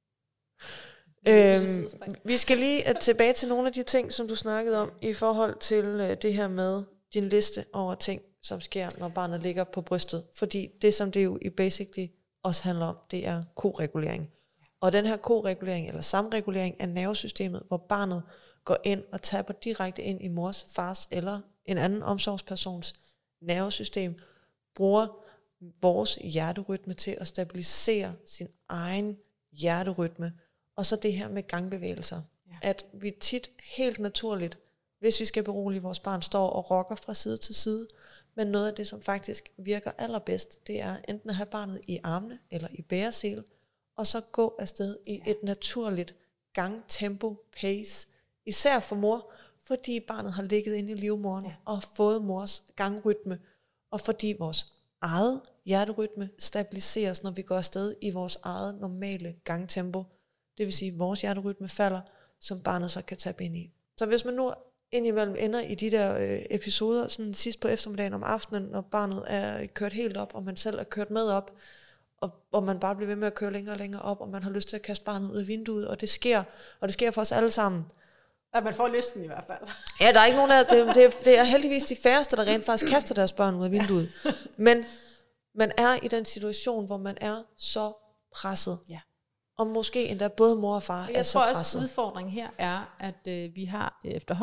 Øhm, vi skal lige tilbage til nogle af de ting, som du snakkede om, i forhold til øh, det her med din liste over ting, som sker, når barnet ligger på brystet. Fordi det, som det jo i basically også handler om, det er koregulering. Og den her koregulering, eller samregulering af nervesystemet, hvor barnet går ind og tapper direkte ind i mors, fars eller en anden omsorgspersons nervesystem, bruger vores hjerterytme til at stabilisere sin egen hjerterytme. Og så det her med gangbevægelser. Ja. At vi tit helt naturligt, hvis vi skal berolige vores barn, står og rokker fra side til side. Men noget af det, som faktisk virker allerbedst, det er enten at have barnet i armene eller i bæresel, og så gå afsted i et naturligt gangtempo, pace. Især for mor, fordi barnet har ligget inde i livmoderen ja. og fået mors gangrytme. Og fordi vores eget hjerterytme stabiliseres, når vi går afsted i vores eget normale gangtempo. Det vil sige, at vores hjerterytme falder, som barnet så kan tabe ind i. Så hvis man nu indimellem ender i de der øh, episoder, sådan sidst på eftermiddagen om aftenen, når barnet er kørt helt op, og man selv er kørt med op, og, og man bare bliver ved med at køre længere og længere op, og man har lyst til at kaste barnet ud af vinduet, og det sker, og det sker for os alle sammen. Ja, man får lysten i hvert fald. Ja, der er ikke nogen af det, det, det er heldigvis de færreste, der rent faktisk kaster deres børn ud af vinduet. Men man er i den situation, hvor man er så presset. Ja. Og måske endda både mor og far jeg er så presset. Jeg tror også, udfordringen her er, at øh, vi har efterhånden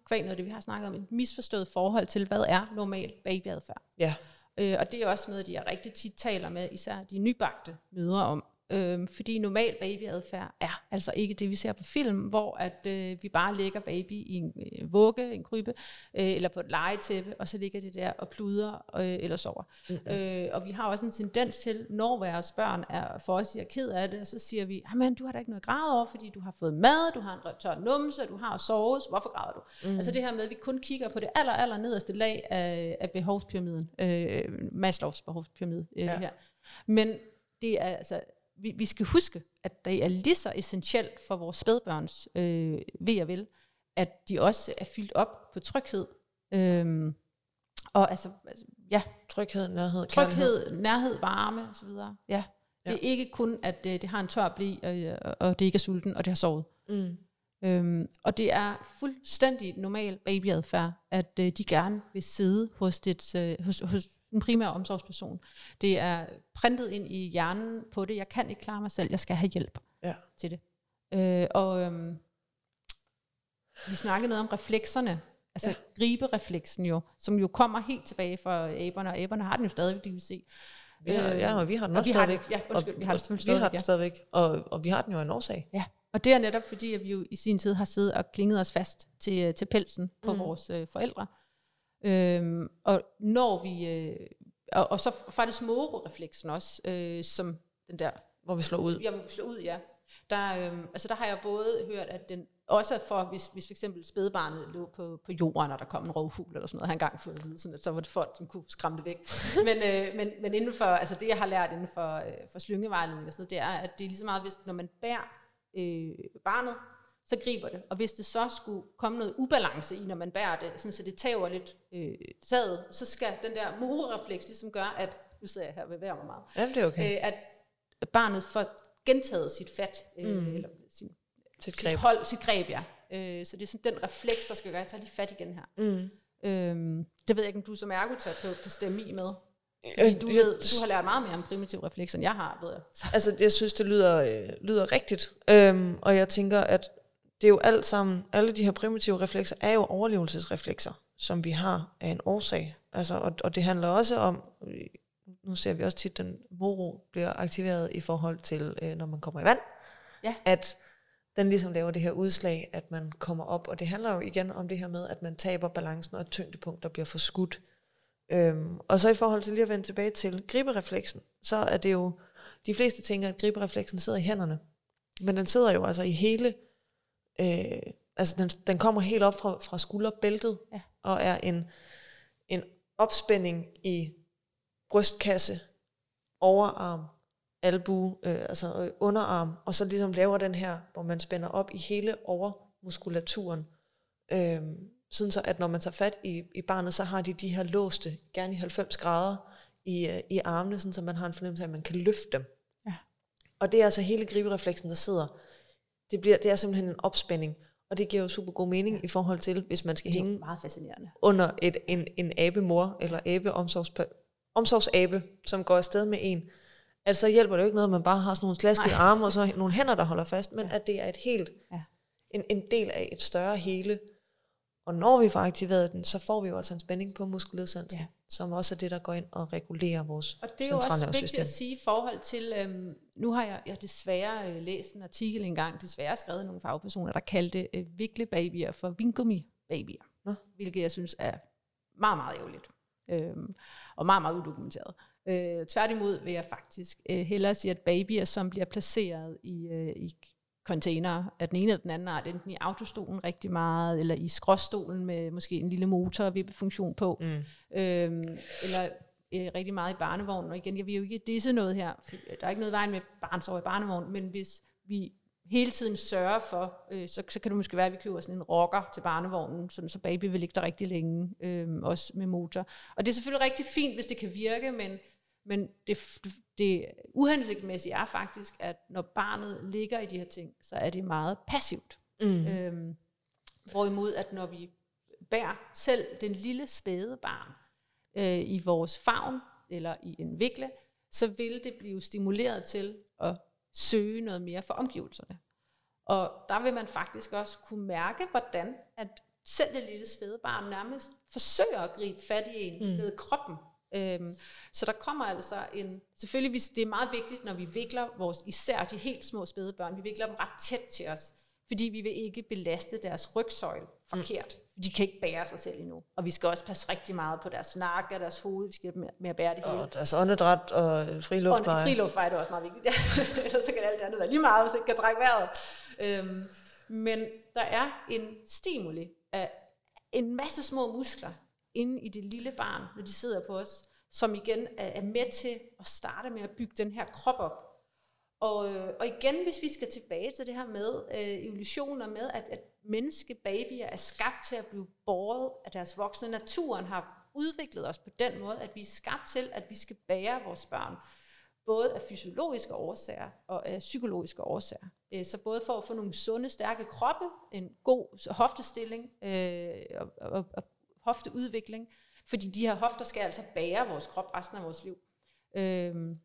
kvæg noget af det, vi har snakket om, et misforstået forhold til, hvad er normal babyadfærd. Ja. Øh, og det er også noget, de jeg rigtig tit taler med, især de nybagte mødre om. Øh, fordi normal babyadfærd er altså ikke det, vi ser på film, hvor at øh, vi bare lægger baby i en øh, vugge, en krybe, øh, eller på et legetæppe, og så ligger det der og pluder øh, eller sover. Mm-hmm. Øh, og vi har også en tendens til, når vores børn er for os er ked af det, så siger vi, men du har da ikke noget at græde over, fordi du har fået mad, du har en tør numse, du har sovet, så hvorfor græder du? Mm. Altså det her med, at vi kun kigger på det aller, aller nederste lag af, af behovspyramiden, øh, Maslows behovspyramide øh, ja. her. Men det er altså, vi, vi skal huske, at det er lige så essentielt for vores spædbørns øh, ved og vel, at de også er fyldt op på tryghed. Øh, og altså, altså, ja. Tryghed, nærhed, Tryghed, kærlighed. nærhed, varme og så videre. Ja. Det er ja. ikke kun, at øh, det har en tør blæ, og, og det ikke er sulten, og det har sovet. Mm. Øhm, og det er fuldstændig normal babyadfærd, at øh, de gerne vil sidde hos, dit, øh, hos, hos en primær omsorgsperson. Det er printet ind i hjernen på det. Jeg kan ikke klare mig selv, jeg skal have hjælp ja. til det. Øh, og øhm, vi snakkede noget om reflekserne, altså ja. griberefleksen jo, som jo kommer helt tilbage fra aberne, og aberne har den jo stadigvæk, det kan vi se. Vi har, øh, ja, og vi har den også stadigvæk. Ja, undskyld, vi har, og, vi har den stadigvæk, og, og vi har den jo en årsag. Ja, og det er netop fordi, at vi jo i sin tid har siddet og klinget os fast til, til pelsen på mm. vores øh, forældre. Øhm, og når vi, øh, og, og så faktisk mororefleksen også, øh, som den der... Hvor vi slår ud. Ja, hvor vi slår ud, ja. Der, øh, altså der har jeg både hørt, at den også for, hvis, hvis for eksempel spædbarnet lå på, på jorden, og der kom en rovfugl eller sådan noget, han engang fået at vide, sådan at så var det for, at den kunne skræmme det væk. men, øh, men, men inden for, altså det jeg har lært inden for, øh, for slyngevejledning og sådan noget, det er, at det er lige så meget, hvis, når man bærer øh, barnet, så griber det. Og hvis det så skulle komme noget ubalance i, når man bærer det, sådan så det tager lidt øh, taget, så skal den der mororefleks ligesom gøre, at, nu sidder jeg her og bevæger mig meget, Jamen, det er okay. øh, at barnet får gentaget sit fat, øh, mm. eller sin, sit, sit hold, sit greb, ja. Øh, så det er sådan den refleks, der skal gøre, at jeg tager lige fat igen her. Mm. Øh, det ved jeg ikke, om du som ergoterapeut kan stemme i med. Fordi du, ved, du har lært meget mere om primitiv refleks, end jeg har, ved jeg. Så. Altså, jeg synes, det lyder, øh, lyder rigtigt. Øhm, og jeg tænker, at det er jo alt sammen, alle de her primitive reflekser, er jo overlevelsesreflekser, som vi har af en årsag. Altså, og, og det handler også om, nu ser vi også tit, at den moro bliver aktiveret i forhold til, øh, når man kommer i vand. Ja. At den ligesom laver det her udslag, at man kommer op. Og det handler jo igen om det her med, at man taber balancen, og et tyngdepunkt, der bliver forskudt. Øhm, og så i forhold til lige at vende tilbage til griberefleksen, så er det jo, de fleste tænker, at griberefleksen sidder i hænderne. Men den sidder jo altså i hele, øh, altså den, den kommer helt op fra, fra skulderbæltet, ja. Og er en, en opspænding i brystkasse, overarm, albu, øh, altså underarm, og så ligesom laver den her, hvor man spænder op i hele overmuskulaturen, øh, sådan så at når man tager fat i, i barnet, så har de de her låste, gerne i halvfems grader i, øh, i armene, sådan så man har en fornemmelse af, at man kan løfte dem. Ja. Og det er altså hele griberefleksen, der sidder. Det, bliver, det er simpelthen en opspænding, og det giver jo super god mening, ja. I forhold til, hvis man skal hænge meget fascinerende. under et, en, en abemor, eller abe-omsorgsabe, som går afsted med en. Altså hjælper det jo ikke noget, at man bare har sådan nogle slaskede arme, og så nogle hænder, der holder fast, men ja. At det er et helt, ja. en, en del af et større hele. Og når vi får aktiveret den, så får vi jo altså en spænding på muskelledsansen, ja. Som også er det, der går ind og regulerer vores og det er jo også vigtigt at sige i forhold til, øhm, nu har jeg, jeg desværre øh, læst en artikel engang, desværre skrevet nogle fagpersoner, der kaldte øh, vikle-babyer for vingummi-babyer, Nå. Hvilket jeg synes er meget, meget ærgerligt, øhm, og meget, meget udokumenteret. Øh, tværtimod vil jeg faktisk øh, hellere sige, at babyer, som bliver placeret i, øh, i container af den ene eller den anden art, enten i autostolen rigtig meget, eller i skråstolen med måske en lille motor og vippefunktion på, mm. øhm, eller øh, rigtig meget i barnevognen. Og igen, jeg vil jo ikke disse noget her, der er ikke noget vejen med barnsår i barnevognen, men hvis vi hele tiden sørger for, øh, så, så kan det måske være, at vi køber sådan en rocker til barnevognen, sådan, så baby vil ligge der rigtig længe, øh, også med motor. Og det er selvfølgelig rigtig fint, hvis det kan virke, men Men det, det uhensigtsmæssige er faktisk, at når barnet ligger i de her ting, så er det meget passivt. Mm. Øhm, hvorimod, at når vi bærer selv den lille spæde barn øh, i vores favn, eller i en vikle, så vil det blive stimuleret til at søge noget mere for omgivelserne. Og der vil man faktisk også kunne mærke, hvordan at selv det lille spædebarn nærmest forsøger at gribe fat i en mm. ned i kroppen. Øhm, så der kommer altså en, selvfølgelig hvis det er meget vigtigt, når vi vikler vores, især de helt små spædebørn, vi vikler dem ret tæt til os, fordi vi vil ikke belaste deres rygsøjle forkert. Mm. De kan ikke bære sig selv endnu. Og vi skal også passe rigtig meget på deres nakke og deres hoved, vi skal hjælpe med, med at bære det hele. Og deres åndedræt og friluftvej. Og friluftvej er også meget vigtigt, ellers så kan alt det andet være lige meget, hvis det ikke kan trække vejret. Øhm, men der er en stimuli af en masse små muskler inde i det lille barn, når de sidder på os, som igen er med til at starte med at bygge den her krop op. Og, og igen, hvis vi skal tilbage til det her med øh, evolutioner med, at, at menneskebabyer er skabt til at blive båret af deres voksne. Naturen har udviklet os på den måde, at vi er skabt til, at vi skal bære vores børn. Både af fysiologiske årsager og af psykologiske årsager. Så både for at få nogle sunde, stærke kroppe, en god hoftestilling øh, og, og, og hofteudvikling, fordi de her hofter skal altså bære vores krop resten af vores liv. Øhm,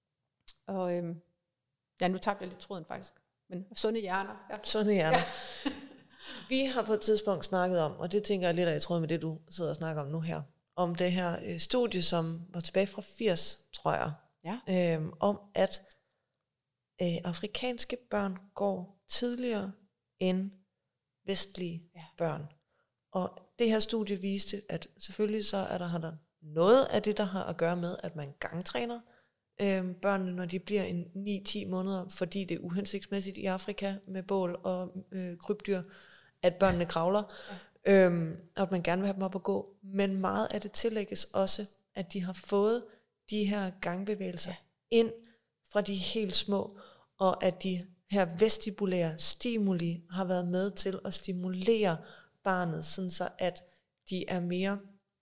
og øhm, ja, nu tabte jeg lidt tråden faktisk, men sunde hjerner. Ja. Sunde hjerner. Ja. Vi har på et tidspunkt snakket om, og det tænker jeg lidt af i tråd med det, du sidder og snakker om nu her, om det her øh, studie, som var tilbage fra firs, tror jeg, ja. øhm, om at øh, afrikanske børn går tidligere end vestlige ja. børn. Og det her studie viste, at selvfølgelig så er der, har der noget af det, der har at gøre med, at man gangtræner øh, børnene, når de bliver en ni til ti måneder, fordi det er uhensigtsmæssigt i Afrika med bål og øh, krybdyr, at børnene kravler, ja. øhm, og at man gerne vil have dem op at gå. Men meget af det tillægges også, at de har fået de her gangbevægelser ja. ind fra de helt små, og at de her vestibulære stimuli har været med til at stimulere barnet, sådan så at de er mere,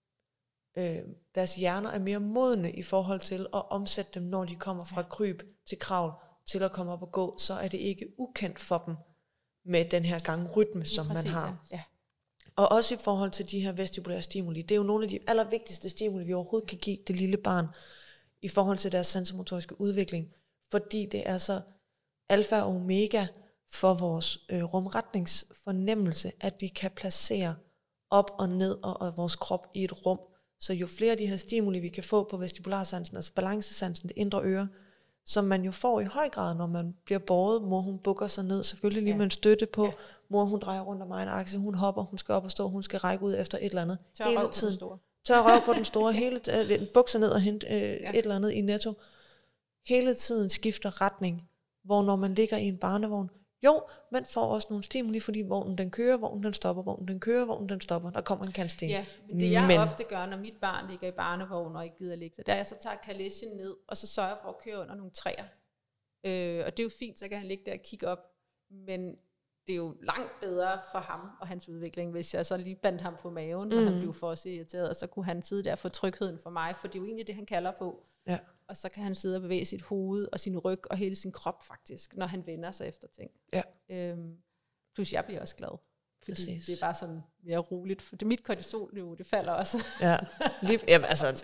øh, deres hjerner er mere modne i forhold til at omsætte dem, når de kommer fra kryb til kravl, til at komme op og gå, så er det ikke ukendt for dem med den her gangrytme, som præcis, man har. Ja. Og også i forhold til de her vestibulære stimuli, det er jo nogle af de allervigtigste stimuli, vi overhovedet kan give det lille barn, i forhold til deres sansemotoriske udvikling, fordi det er så alfa og omega for vores øh, rumretningsfornemmelse, at vi kan placere op og ned og, og vores krop i et rum. Så jo flere af de her stimuli, vi kan få på vestibularsansen, altså balancesansen, det indre øre, som man jo får i høj grad, når man bliver båret. Mor, hun bukker sig ned, selvfølgelig lige ja. med en støtte på. Ja. Mor, hun drejer rundt om egen akse, hun hopper, hun skal op og stå, hun skal række ud efter et eller andet. Tør hele tiden. Tør røv på den store, hele øh, bukser ned og hente øh, ja. et eller andet i Netto. Hele tiden skifter retning, hvor når man ligger i en barnevogn, jo, man får også nogle stimuli, fordi vognen den kører, vognen den stopper, vognen den kører, vognen den stopper, der kommer en kantsten. Ja, men det jeg men, ofte gør, når mit barn ligger i barnevogn og ikke gider ligge der, det er, at jeg så tager kalesjen ned, og så sørger for at køre under nogle træer. Øh, og det er jo fint, så kan han ligge der og kigge op, men det er jo langt bedre for ham og hans udvikling, hvis jeg så lige bandt ham på maven, mm. og han blev for sig irriteret, og så kunne han sidde der og få trygheden for mig, for det er jo egentlig det, han kalder på. Ja. Og så kan han sidde og bevæge sit hoved og sin ryg og hele sin krop faktisk, når han vender sig efter ting. Ja. Øhm, plus jeg bliver også glad, fordi præcis. Det er bare sådan mere roligt, for det mit kortisolniveau, det falder også. Ja, lige, jamen, altså,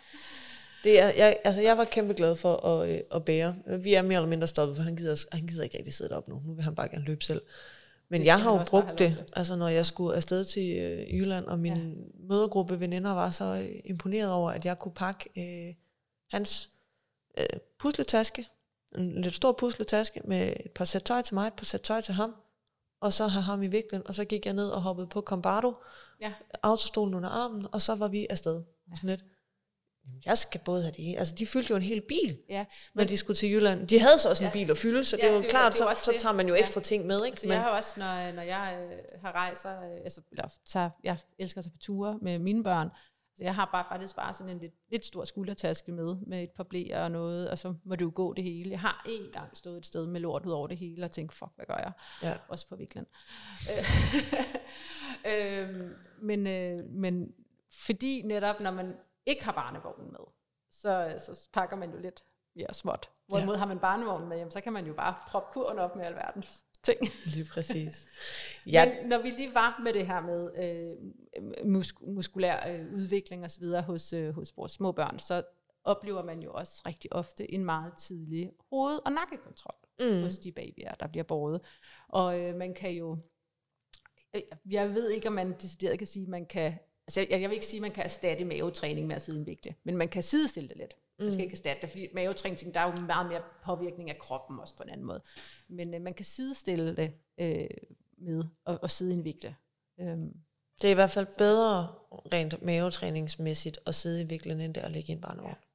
det er, jeg, altså, jeg var kæmpe glad for at, øh, at bære. Vi er mere eller mindre stoppet, for han gider, han gider ikke rigtig sidde deroppe nu. Nu vil han bare gerne løbe selv. Men det jeg har jo brugt det, altså når jeg skulle afsted til øh, Jylland, og min ja. mødergruppe veninder var så øh, imponeret over, at jeg kunne pakke øh, hans øh, pusletaske, en lidt stor pusletaske med et par sæt tøj til mig, et par sæt tøj til ham, og så have ham i viklen, og så gik jeg ned og hoppede på Combardo, ja. autostolen under armen, og så var vi afsted. Ja. Sådan lidt. Jeg skal både have det. Altså, de fyldte jo en hel bil, ja, men når de skulle til Jylland. De havde så også en ja. bil at fylde, så ja, det er jo det, klart, det, det så, så tager man jo ekstra ja. ting med. Ikke? Altså, jeg har også, når, når jeg øh, har rejser, øh, altså, eller, så jeg elsker at tage på ture med mine børn, så jeg har bare faktisk bare sådan en lidt, lidt stor skuldertaske med, med et par bleer og noget, og så må det jo gå det hele. Jeg har en gang stået et sted med lort ud over det hele, og tænkt, fuck, hvad gør jeg? Ja. Også på Vikland. øh, men, øh, men fordi netop, når man ikke har barnevognen med, så, så pakker man jo lidt mere småt. Hvorimod ja. har man barnevognen med, jamen, så kan man jo bare proppe kurven op med alverdens ting. Lige præcis. Ja. Men når vi lige var med det her med øh, musk- muskulær øh, udvikling og så videre hos, øh, hos vores små børn, så oplever man jo også rigtig ofte en meget tidlig hoved- og nakkekontrol mm. hos de babyer, der bliver båret. Og øh, man kan jo Jeg ved ikke, om man decideret kan sige, at man kan... Altså, jeg, jeg vil ikke sige, at man kan erstatte mavetræning med at sideindvikle, men man kan sidestille det lidt. Man skal mm. ikke erstatte det, fordi mavetræning, der er jo meget mere påvirkning af kroppen også på en anden måde. Men øh, man kan sidestille det øh, med at, at sideindvikle. Øhm. Det er i hvert fald bedre rent mavetræningsmæssigt at sideindvikle, end det at ligge i en barnevogn. Ja.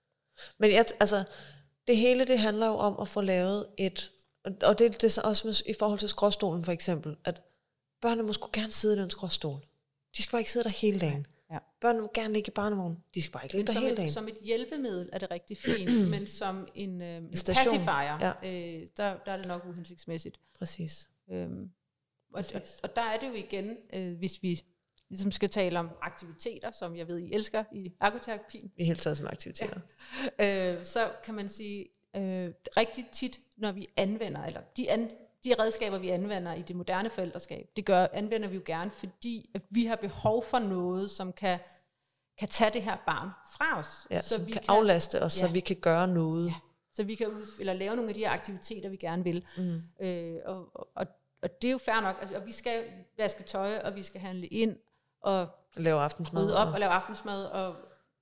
Men jeg, altså, det hele det handler jo om at få lavet et... Og det er det også med, i forhold til skråstolen for eksempel, at børnene må sgu gerne sidde i en skråstol. De skal bare ikke sidde der hele dagen. Ja. Børnene må gerne ligge i barnevognen. De skal bare ikke ligge der hele dagen. Som et hjælpemiddel er det rigtig fint, men som en, øh, en pacifier, ja. øh, der, der er det nok uhensigtsmæssigt. Præcis. Øhm, og, Præcis. Og, og der er det jo igen, øh, hvis vi ligesom skal tale om aktiviteter, som jeg ved, I elsker i ergoterapien. I hele taget som aktiviteter. Ja. Øh, så kan man sige, øh, rigtig tit, når vi anvender, eller de an, de redskaber, vi anvender i det moderne forældreskab, det gør, anvender vi jo gerne, fordi at vi har behov for noget, som kan, kan tage det her barn fra os. Ja, så vi kan, kan aflaste os, ja. Så vi kan gøre noget. Ja. Så vi kan eller lave nogle af de her aktiviteter, vi gerne vil. Mm. Øh, og, og, og det er jo fair nok. Altså, og vi skal vaske tøj, og vi skal handle ind, og lave aftensmad. Rydde op og, og lave aftensmad, og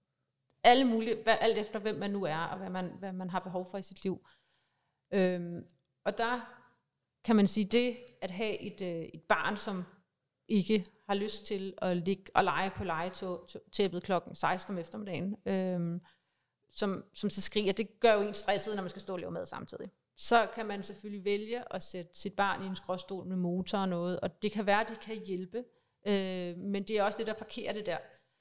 alle mulige, alt efter hvem man nu er, og hvad man, hvad man har behov for i sit liv. Øhm, og der kan man sige det, at have et, øh, et barn, som ikke har lyst til at ligge og lege på legetæppet klokken seksten om eftermiddagen, øhm, som, som så skriger, det gør jo en stresset, når man skal stå og lave mad samtidig. Så kan man selvfølgelig vælge at sætte sit barn i en skråstol med motor og noget, og det kan være, at det kan hjælpe, øh, men det er også det, der parkerer det der.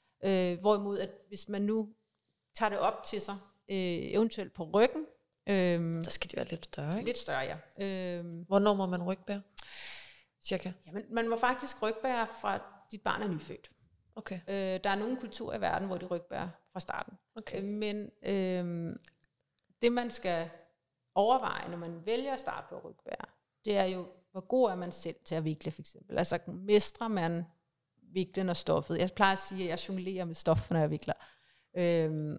Øh, hvorimod, at hvis man nu tager det op til sig, øh, eventuelt på ryggen, Øhm, der skal de være lidt større, ikke? Lidt større, ja. Øhm, Hvornår må man rygbære? Cirka? Jamen, man må faktisk rygbære fra dit barn er nyfødt. Okay. Øh, der er nogle kulturer i verden, hvor de rygbærer fra starten. Okay. Øh, men øh, det man skal overveje, når man vælger at starte på at rygbære, det er jo, hvor god er man selv til at vikle, for eksempel. Altså, mestrer man viklen og stoffet? Jeg plejer at sige, at jeg jonglerer med stof, når jeg vikler. Øh,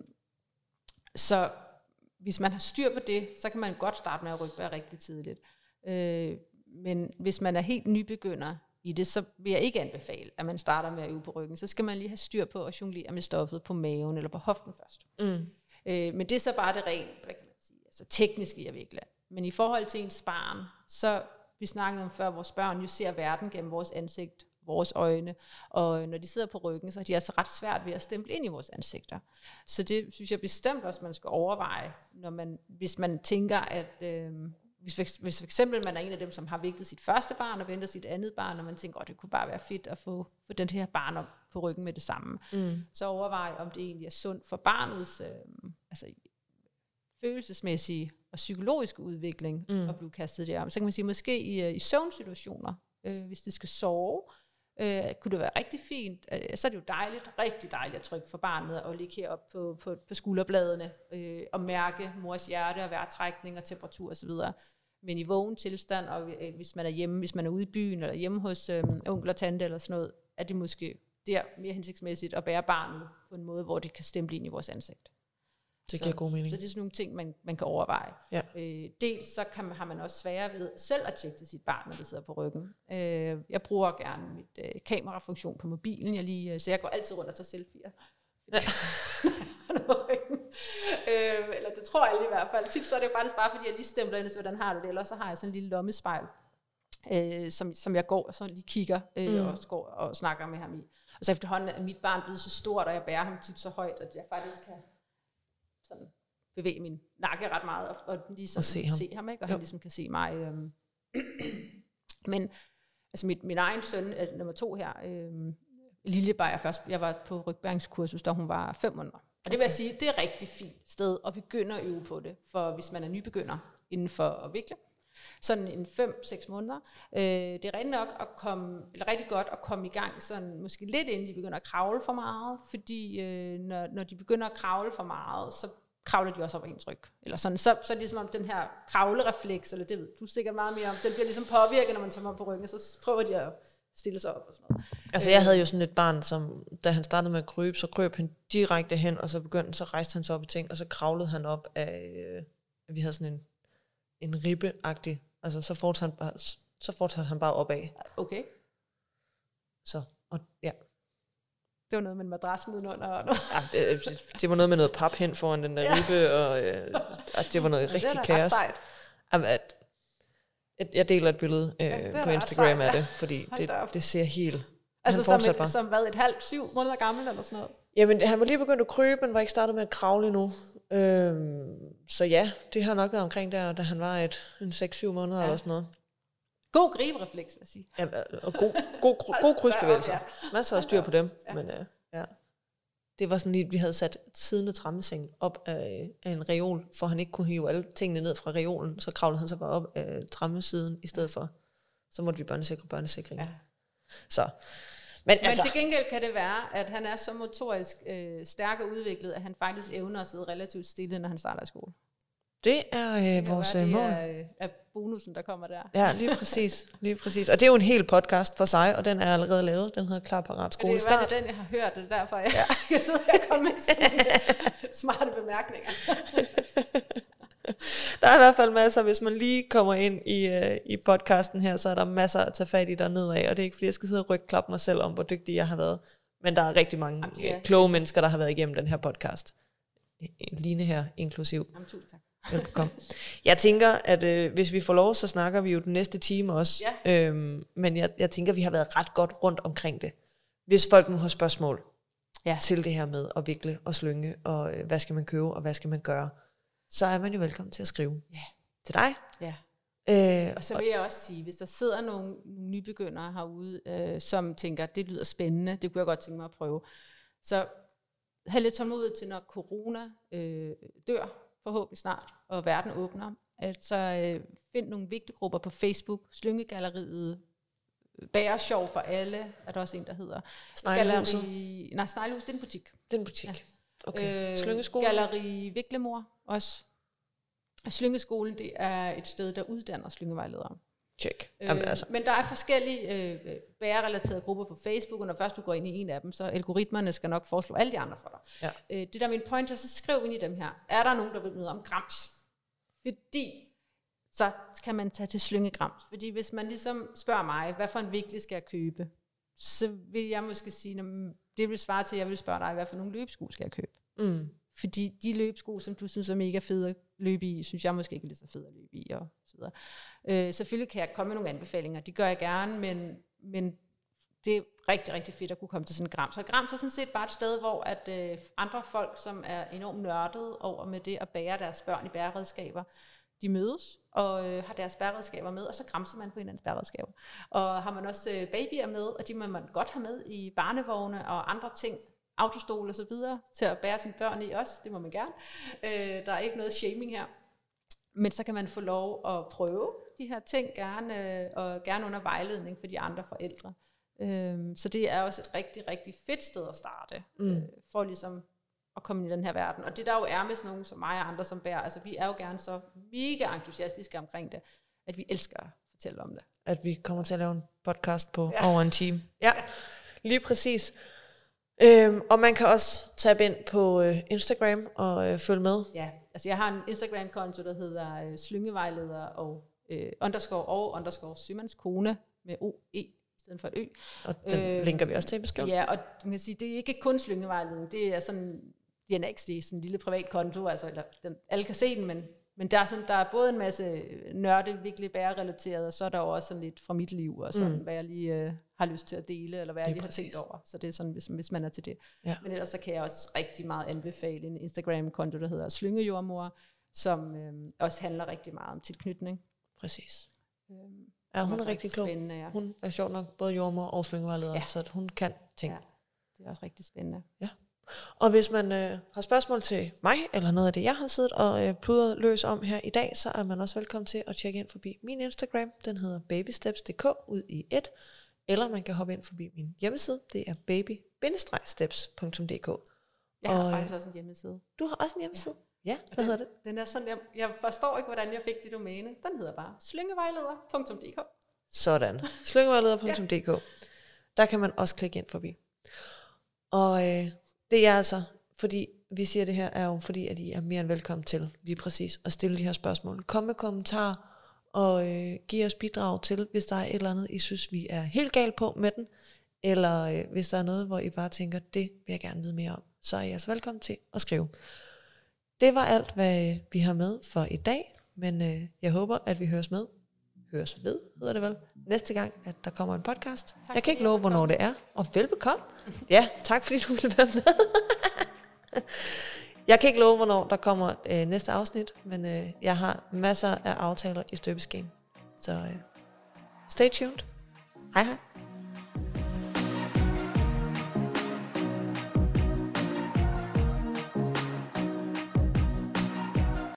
så hvis man har styr på det, så kan man godt starte med at rygbære rigtig tidligt. Øh, men hvis man er helt nybegynder i det, så vil jeg ikke anbefale, at man starter med at øve på ryggen. Så skal man lige have styr på at jonglere med stoffet på maven eller på hoften først. Mm. Øh, men det er så bare det rent, hvad kan man sige, altså teknisk i at vikle. Men i forhold til ens barn, så vi snakkede om før, vores børn jo ser verden gennem vores ansigt, vores øjne, og når de sidder på ryggen, så er de altså ret svært ved at stemple ind i vores ansigter. Så det synes jeg bestemt også, man skal overveje, når man, hvis man tænker, at øh, hvis, for, hvis for eksempel man er en af dem, som har viklet sit første barn og venter sit andet barn, og man tænker, at det kunne bare være fedt at få, få den her barn op på ryggen med det samme, mm. så overvej, om det egentlig er sundt for barnets øh, altså, følelsesmæssige og psykologiske udvikling mm. at blive kastet der. Så kan man sige, måske i, i søvnsituationer, øh, hvis det skal sove, Øh, kunne det være rigtig fint, øh, så er det jo dejligt, rigtig dejligt at trykke for barnet og ligge heroppe på, på, på skulderbladene øh, og mærke mors hjerte og vejrtrækning og temperatur osv. Men i vågen tilstand, og øh, hvis man er hjemme, hvis man er ude i byen eller hjemme hos øh, onkel og tante eller sådan noget, er det måske der mere hensigtsmæssigt at bære barnet på en måde, hvor det kan stemple ind i vores ansigt. Det giver så, god mening. Så det er sådan nogle ting, man, man kan overveje. Ja. Øh, dels så kan man, har man også sværere ved selv at tjekke sit barn, når det sidder på ryggen. Øh, jeg bruger gerne mit øh, kamerafunktion på mobilen, jeg lige, så jeg går altid rundt og tager selfies. Ja. øh, eller det tror jeg i hvert fald. Tit så er det faktisk bare, fordi jeg lige stempler ind, så hvordan har du det, eller så har jeg sådan en lille lommespejl, øh, som, som jeg går og så lige kigger øh, mm. og går og snakker med ham i. Og så efterhånden er mit barn blevet så stort, og jeg bærer ham tit så højt, at jeg faktisk kan sådan bevæge min nakke ret meget, og, og ligesom og se ham, se ham ikke? Og jo. Han ligesom kan se mig. Øhm. Men altså mit, min egen søn, er nummer to her, øhm, Lille var jeg først, jeg var på rygbæringskursus, da hun var fem måneder. Og det vil jeg sige, det er et rigtig fint sted at begynde at øve på det, for hvis man er nybegynder inden for at vikle. Sådan en fem seks måneder. Øh, det er rigtig nok at komme, eller rigtig godt at komme i gang, sådan måske lidt inden de begynder at kravle for meget, fordi øh, når, når de begynder at kravle for meget, så kravler de også op ad ens ryg. Eller sådan, så, så er det ligesom om den her kravlerefleks, eller det ved du sikkert meget mere om, den bliver ligesom påvirket, når man tager op på ryggen, så prøver de at stille sig op og sådan noget. Altså jeg havde jo sådan et barn, som da han startede med at krybe, så krøb han direkte hen, og så begyndte, så rejste han sig op i ting, og så kravlede han op af, øh, vi havde sådan en, en ribbe-agtig, altså så fortsatte han bare, så fortsatte han bare opad. Okay. Så, og ja. Det var noget med en madras nedenunder. Og noget. Ja, det, det var noget med noget pap hen foran den der ja. ribbe, og øh, det var noget ja, rigtig det kaos. Jamen, at, at jeg deler et billede øh, ja, på Instagram sejt, af det, fordi det, det ser helt... Altså som, et, som hvad, et halvt, syv måneder gammel eller sådan noget? Jamen, han var lige begyndt at krybe, men var ikke startet med at kravle endnu. Øhm, så ja, det har nok været omkring der, da han var et, en seks syv måneder ja. eller sådan noget. God griberefleks, vil jeg sige. Ja, og god, god, god, god krydsbevægelser. Masser af styr på dem. Ja. Men øh, ja. Det var sådan lige, vi havde sat siddende trammesengen op af, af en reol, for han ikke kunne hive alle tingene ned fra reolen. Så kravlede han så bare op af trammesiden i stedet for. Så måtte vi børnesikre børnesikring. Ja. Så. Men, Men altså, til gengæld kan det være, at han er så motorisk øh, stærk og udviklet, at han faktisk evner at sidde relativt stille, når han starter i skole. Det er øh, det vores være, det mål. Det er, er bonusen, der kommer der. Ja, lige præcis, lige præcis. Og det er jo en hel podcast for sig, og den er allerede lavet. Den hedder Klar Parat Skolestart. Det er jo den, jeg har hørt, og derfor jeg ja. kan sidde her og komme med sådan smarte bemærkninger. Der er i hvert fald masser, hvis man lige kommer ind i, uh, i podcasten her, så er der masser at tage fat i dernede af, og det er ikke fordi, jeg skal sidde og rygklappe mig selv om, hvor dygtig jeg har været. Men der er rigtig mange Jamen, ja. kloge mennesker, der har været igennem den her podcast. Line her, inklusiv. Jamen, tusind tak. Velbekomme. Jeg tænker, at øh, hvis vi får lov, så snakker vi jo den næste time også. Ja. Øhm, men jeg, jeg tænker, vi har været ret godt rundt omkring det. Hvis folk nu har spørgsmål ja. til det her med at vikle og slynge, og øh, hvad skal man købe, og hvad skal man gøre, så er man jo velkommen til at skrive ja. til dig. Ja. Øh, og så vil jeg også sige, hvis der sidder nogle, nogle nybegyndere herude, øh, som tænker, det lyder spændende, det kunne jeg godt tænke mig at prøve, så have lidt tålmodighed til, når corona øh, dør, forhåbentlig snart, og verden åbner, at så øh, find nogle vigtige grupper på Facebook, Slyngegalleriet, Bæresjov for alle, er der også en, der hedder. Sneglehuset? Galleri, nej, Sneglehuset, det er en butik. Det er en butik. Ja. Okay. Øh, Slyngeskolen? Galleri Viklemor også. Slyngeskolen, det er et sted, der uddanner slyngevejledere. Check. Øh, Jamen, altså. Men der er forskellige øh, bærerelaterede grupper på Facebook, og når først du går ind i en af dem, så algoritmerne skal nok foreslå alle de andre for dig. Ja. Øh, det der er min point, så skriv ind i dem her. Er der nogen, der ved noget om grams? Fordi så kan man tage til slyngegrams. Fordi hvis man ligesom spørger mig, hvad for en vikle skal jeg købe, så vil jeg måske sige, det vil svare til, at jeg vil spørge dig, hvad for nogle løbesko skal jeg købe. Mm. Fordi de løbesko, som du synes er mega fede at løbe i, synes jeg måske ikke er lige så fede at løbe i, og så videre. Øh, selvfølgelig kan jeg komme med nogle anbefalinger, det gør jeg gerne, men, men det er rigtig, rigtig fedt at kunne komme til sådan en grams. Og grams er sådan set bare et sted, hvor at, øh, andre folk, som er enormt nørdede over med det at bære deres børn i bæreredskaber, de mødes og øh, har deres bæreredskaber med, og så gramser man på hinandens bæreredskaber. Og har man også øh, babyer med, og de må man godt have med i barnevogne og andre ting, autostol og så videre, til at bære sine børn i også, det må man gerne. Øh, der er ikke noget shaming her. Men så kan man få lov at prøve de her ting, gerne, øh, og gerne under vejledning for de andre forældre. Øh, så det er også et rigtig, rigtig fedt sted at starte, mm. øh, for ligesom at komme ind i den her verden. Og det der jo er med sådan nogen som mig og andre som bærer, altså vi er jo gerne så mega entusiastiske omkring det, at vi elsker at fortælle om det. At vi kommer til at lave en podcast på ja. over en time. Ja, lige præcis. Øhm, og man kan også tabe ind på øh, Instagram og øh, følge med. Ja, altså jeg har en Instagram-konto, der hedder øh, Slyngevejleder og øh, underscore og underscore Sømands Kone med O E i stedet for et Ø. Og den øh, linker vi også til i beskrivelsen. Ja, og man kan sige, det er ikke kun Slyngevejledning, det er sådan D N X, det er sådan en lille privat konto, altså eller, den, alle kan se den, men men der er, sådan, der er både en masse nørde, virkelig bærerelateret, og så er der også sådan lidt fra mit liv, og sådan, mm. hvad jeg lige øh, har lyst til at dele, eller hvad jeg lige har tænkt over. Så det er sådan, hvis, hvis man er til det. Ja. Men ellers så kan jeg også rigtig meget anbefale en Instagram-konto, der hedder Slyngejordmor, som øh, også handler rigtig meget om tilknytning. Præcis. Øhm, ja, hun er rigtig klog. Ja. Hun er sjovt nok både jordmor og slyngevejleder, ja. så hun kan ting. Ja, det er også rigtig spændende. Ja. Og hvis man øh, har spørgsmål til mig, eller noget af det, jeg har siddet og øh, pludret løs om her i dag, så er man også velkommen til at tjekke ind forbi min Instagram. Den hedder babysteps punktum d k ud i et. Eller man kan hoppe ind forbi min hjemmeside. Det er baby steps punktum d k. Jeg har og, faktisk også en hjemmeside. Du har også en hjemmeside? Ja, ja hvad den, hedder det? Den er sådan, jeg, jeg forstår ikke, hvordan jeg fik det domæne. Den hedder bare slyngevejleder punktum d k. Sådan, slyngevejleder punktum d k. Ja. Der kan man også klikke ind forbi. Og øh, det er altså, fordi vi siger det her, er jo fordi, at I er mere end velkommen til lige præcis at stille de her spørgsmål. Kom med kommentarer og øh, giv os bidrag til, hvis der er et eller andet, I synes, vi er helt galt på med den, eller øh, hvis der er noget, hvor I bare tænker, det vil jeg gerne vide mere om, så er I altså velkommen til at skrive. Det var alt, hvad vi har med for i dag, men øh, jeg håber, at vi høres med. Høres ved, hedder det vel, næste gang, at der kommer en podcast. Tak, jeg kan ikke love, hvornår det er, og velbekomme. Ja, tak fordi du ville være med. Jeg kan ikke love, hvornår der kommer øh, næste afsnit, men øh, jeg har masser af aftaler i støbeskeen. Så øh, stay tuned. Hej hej.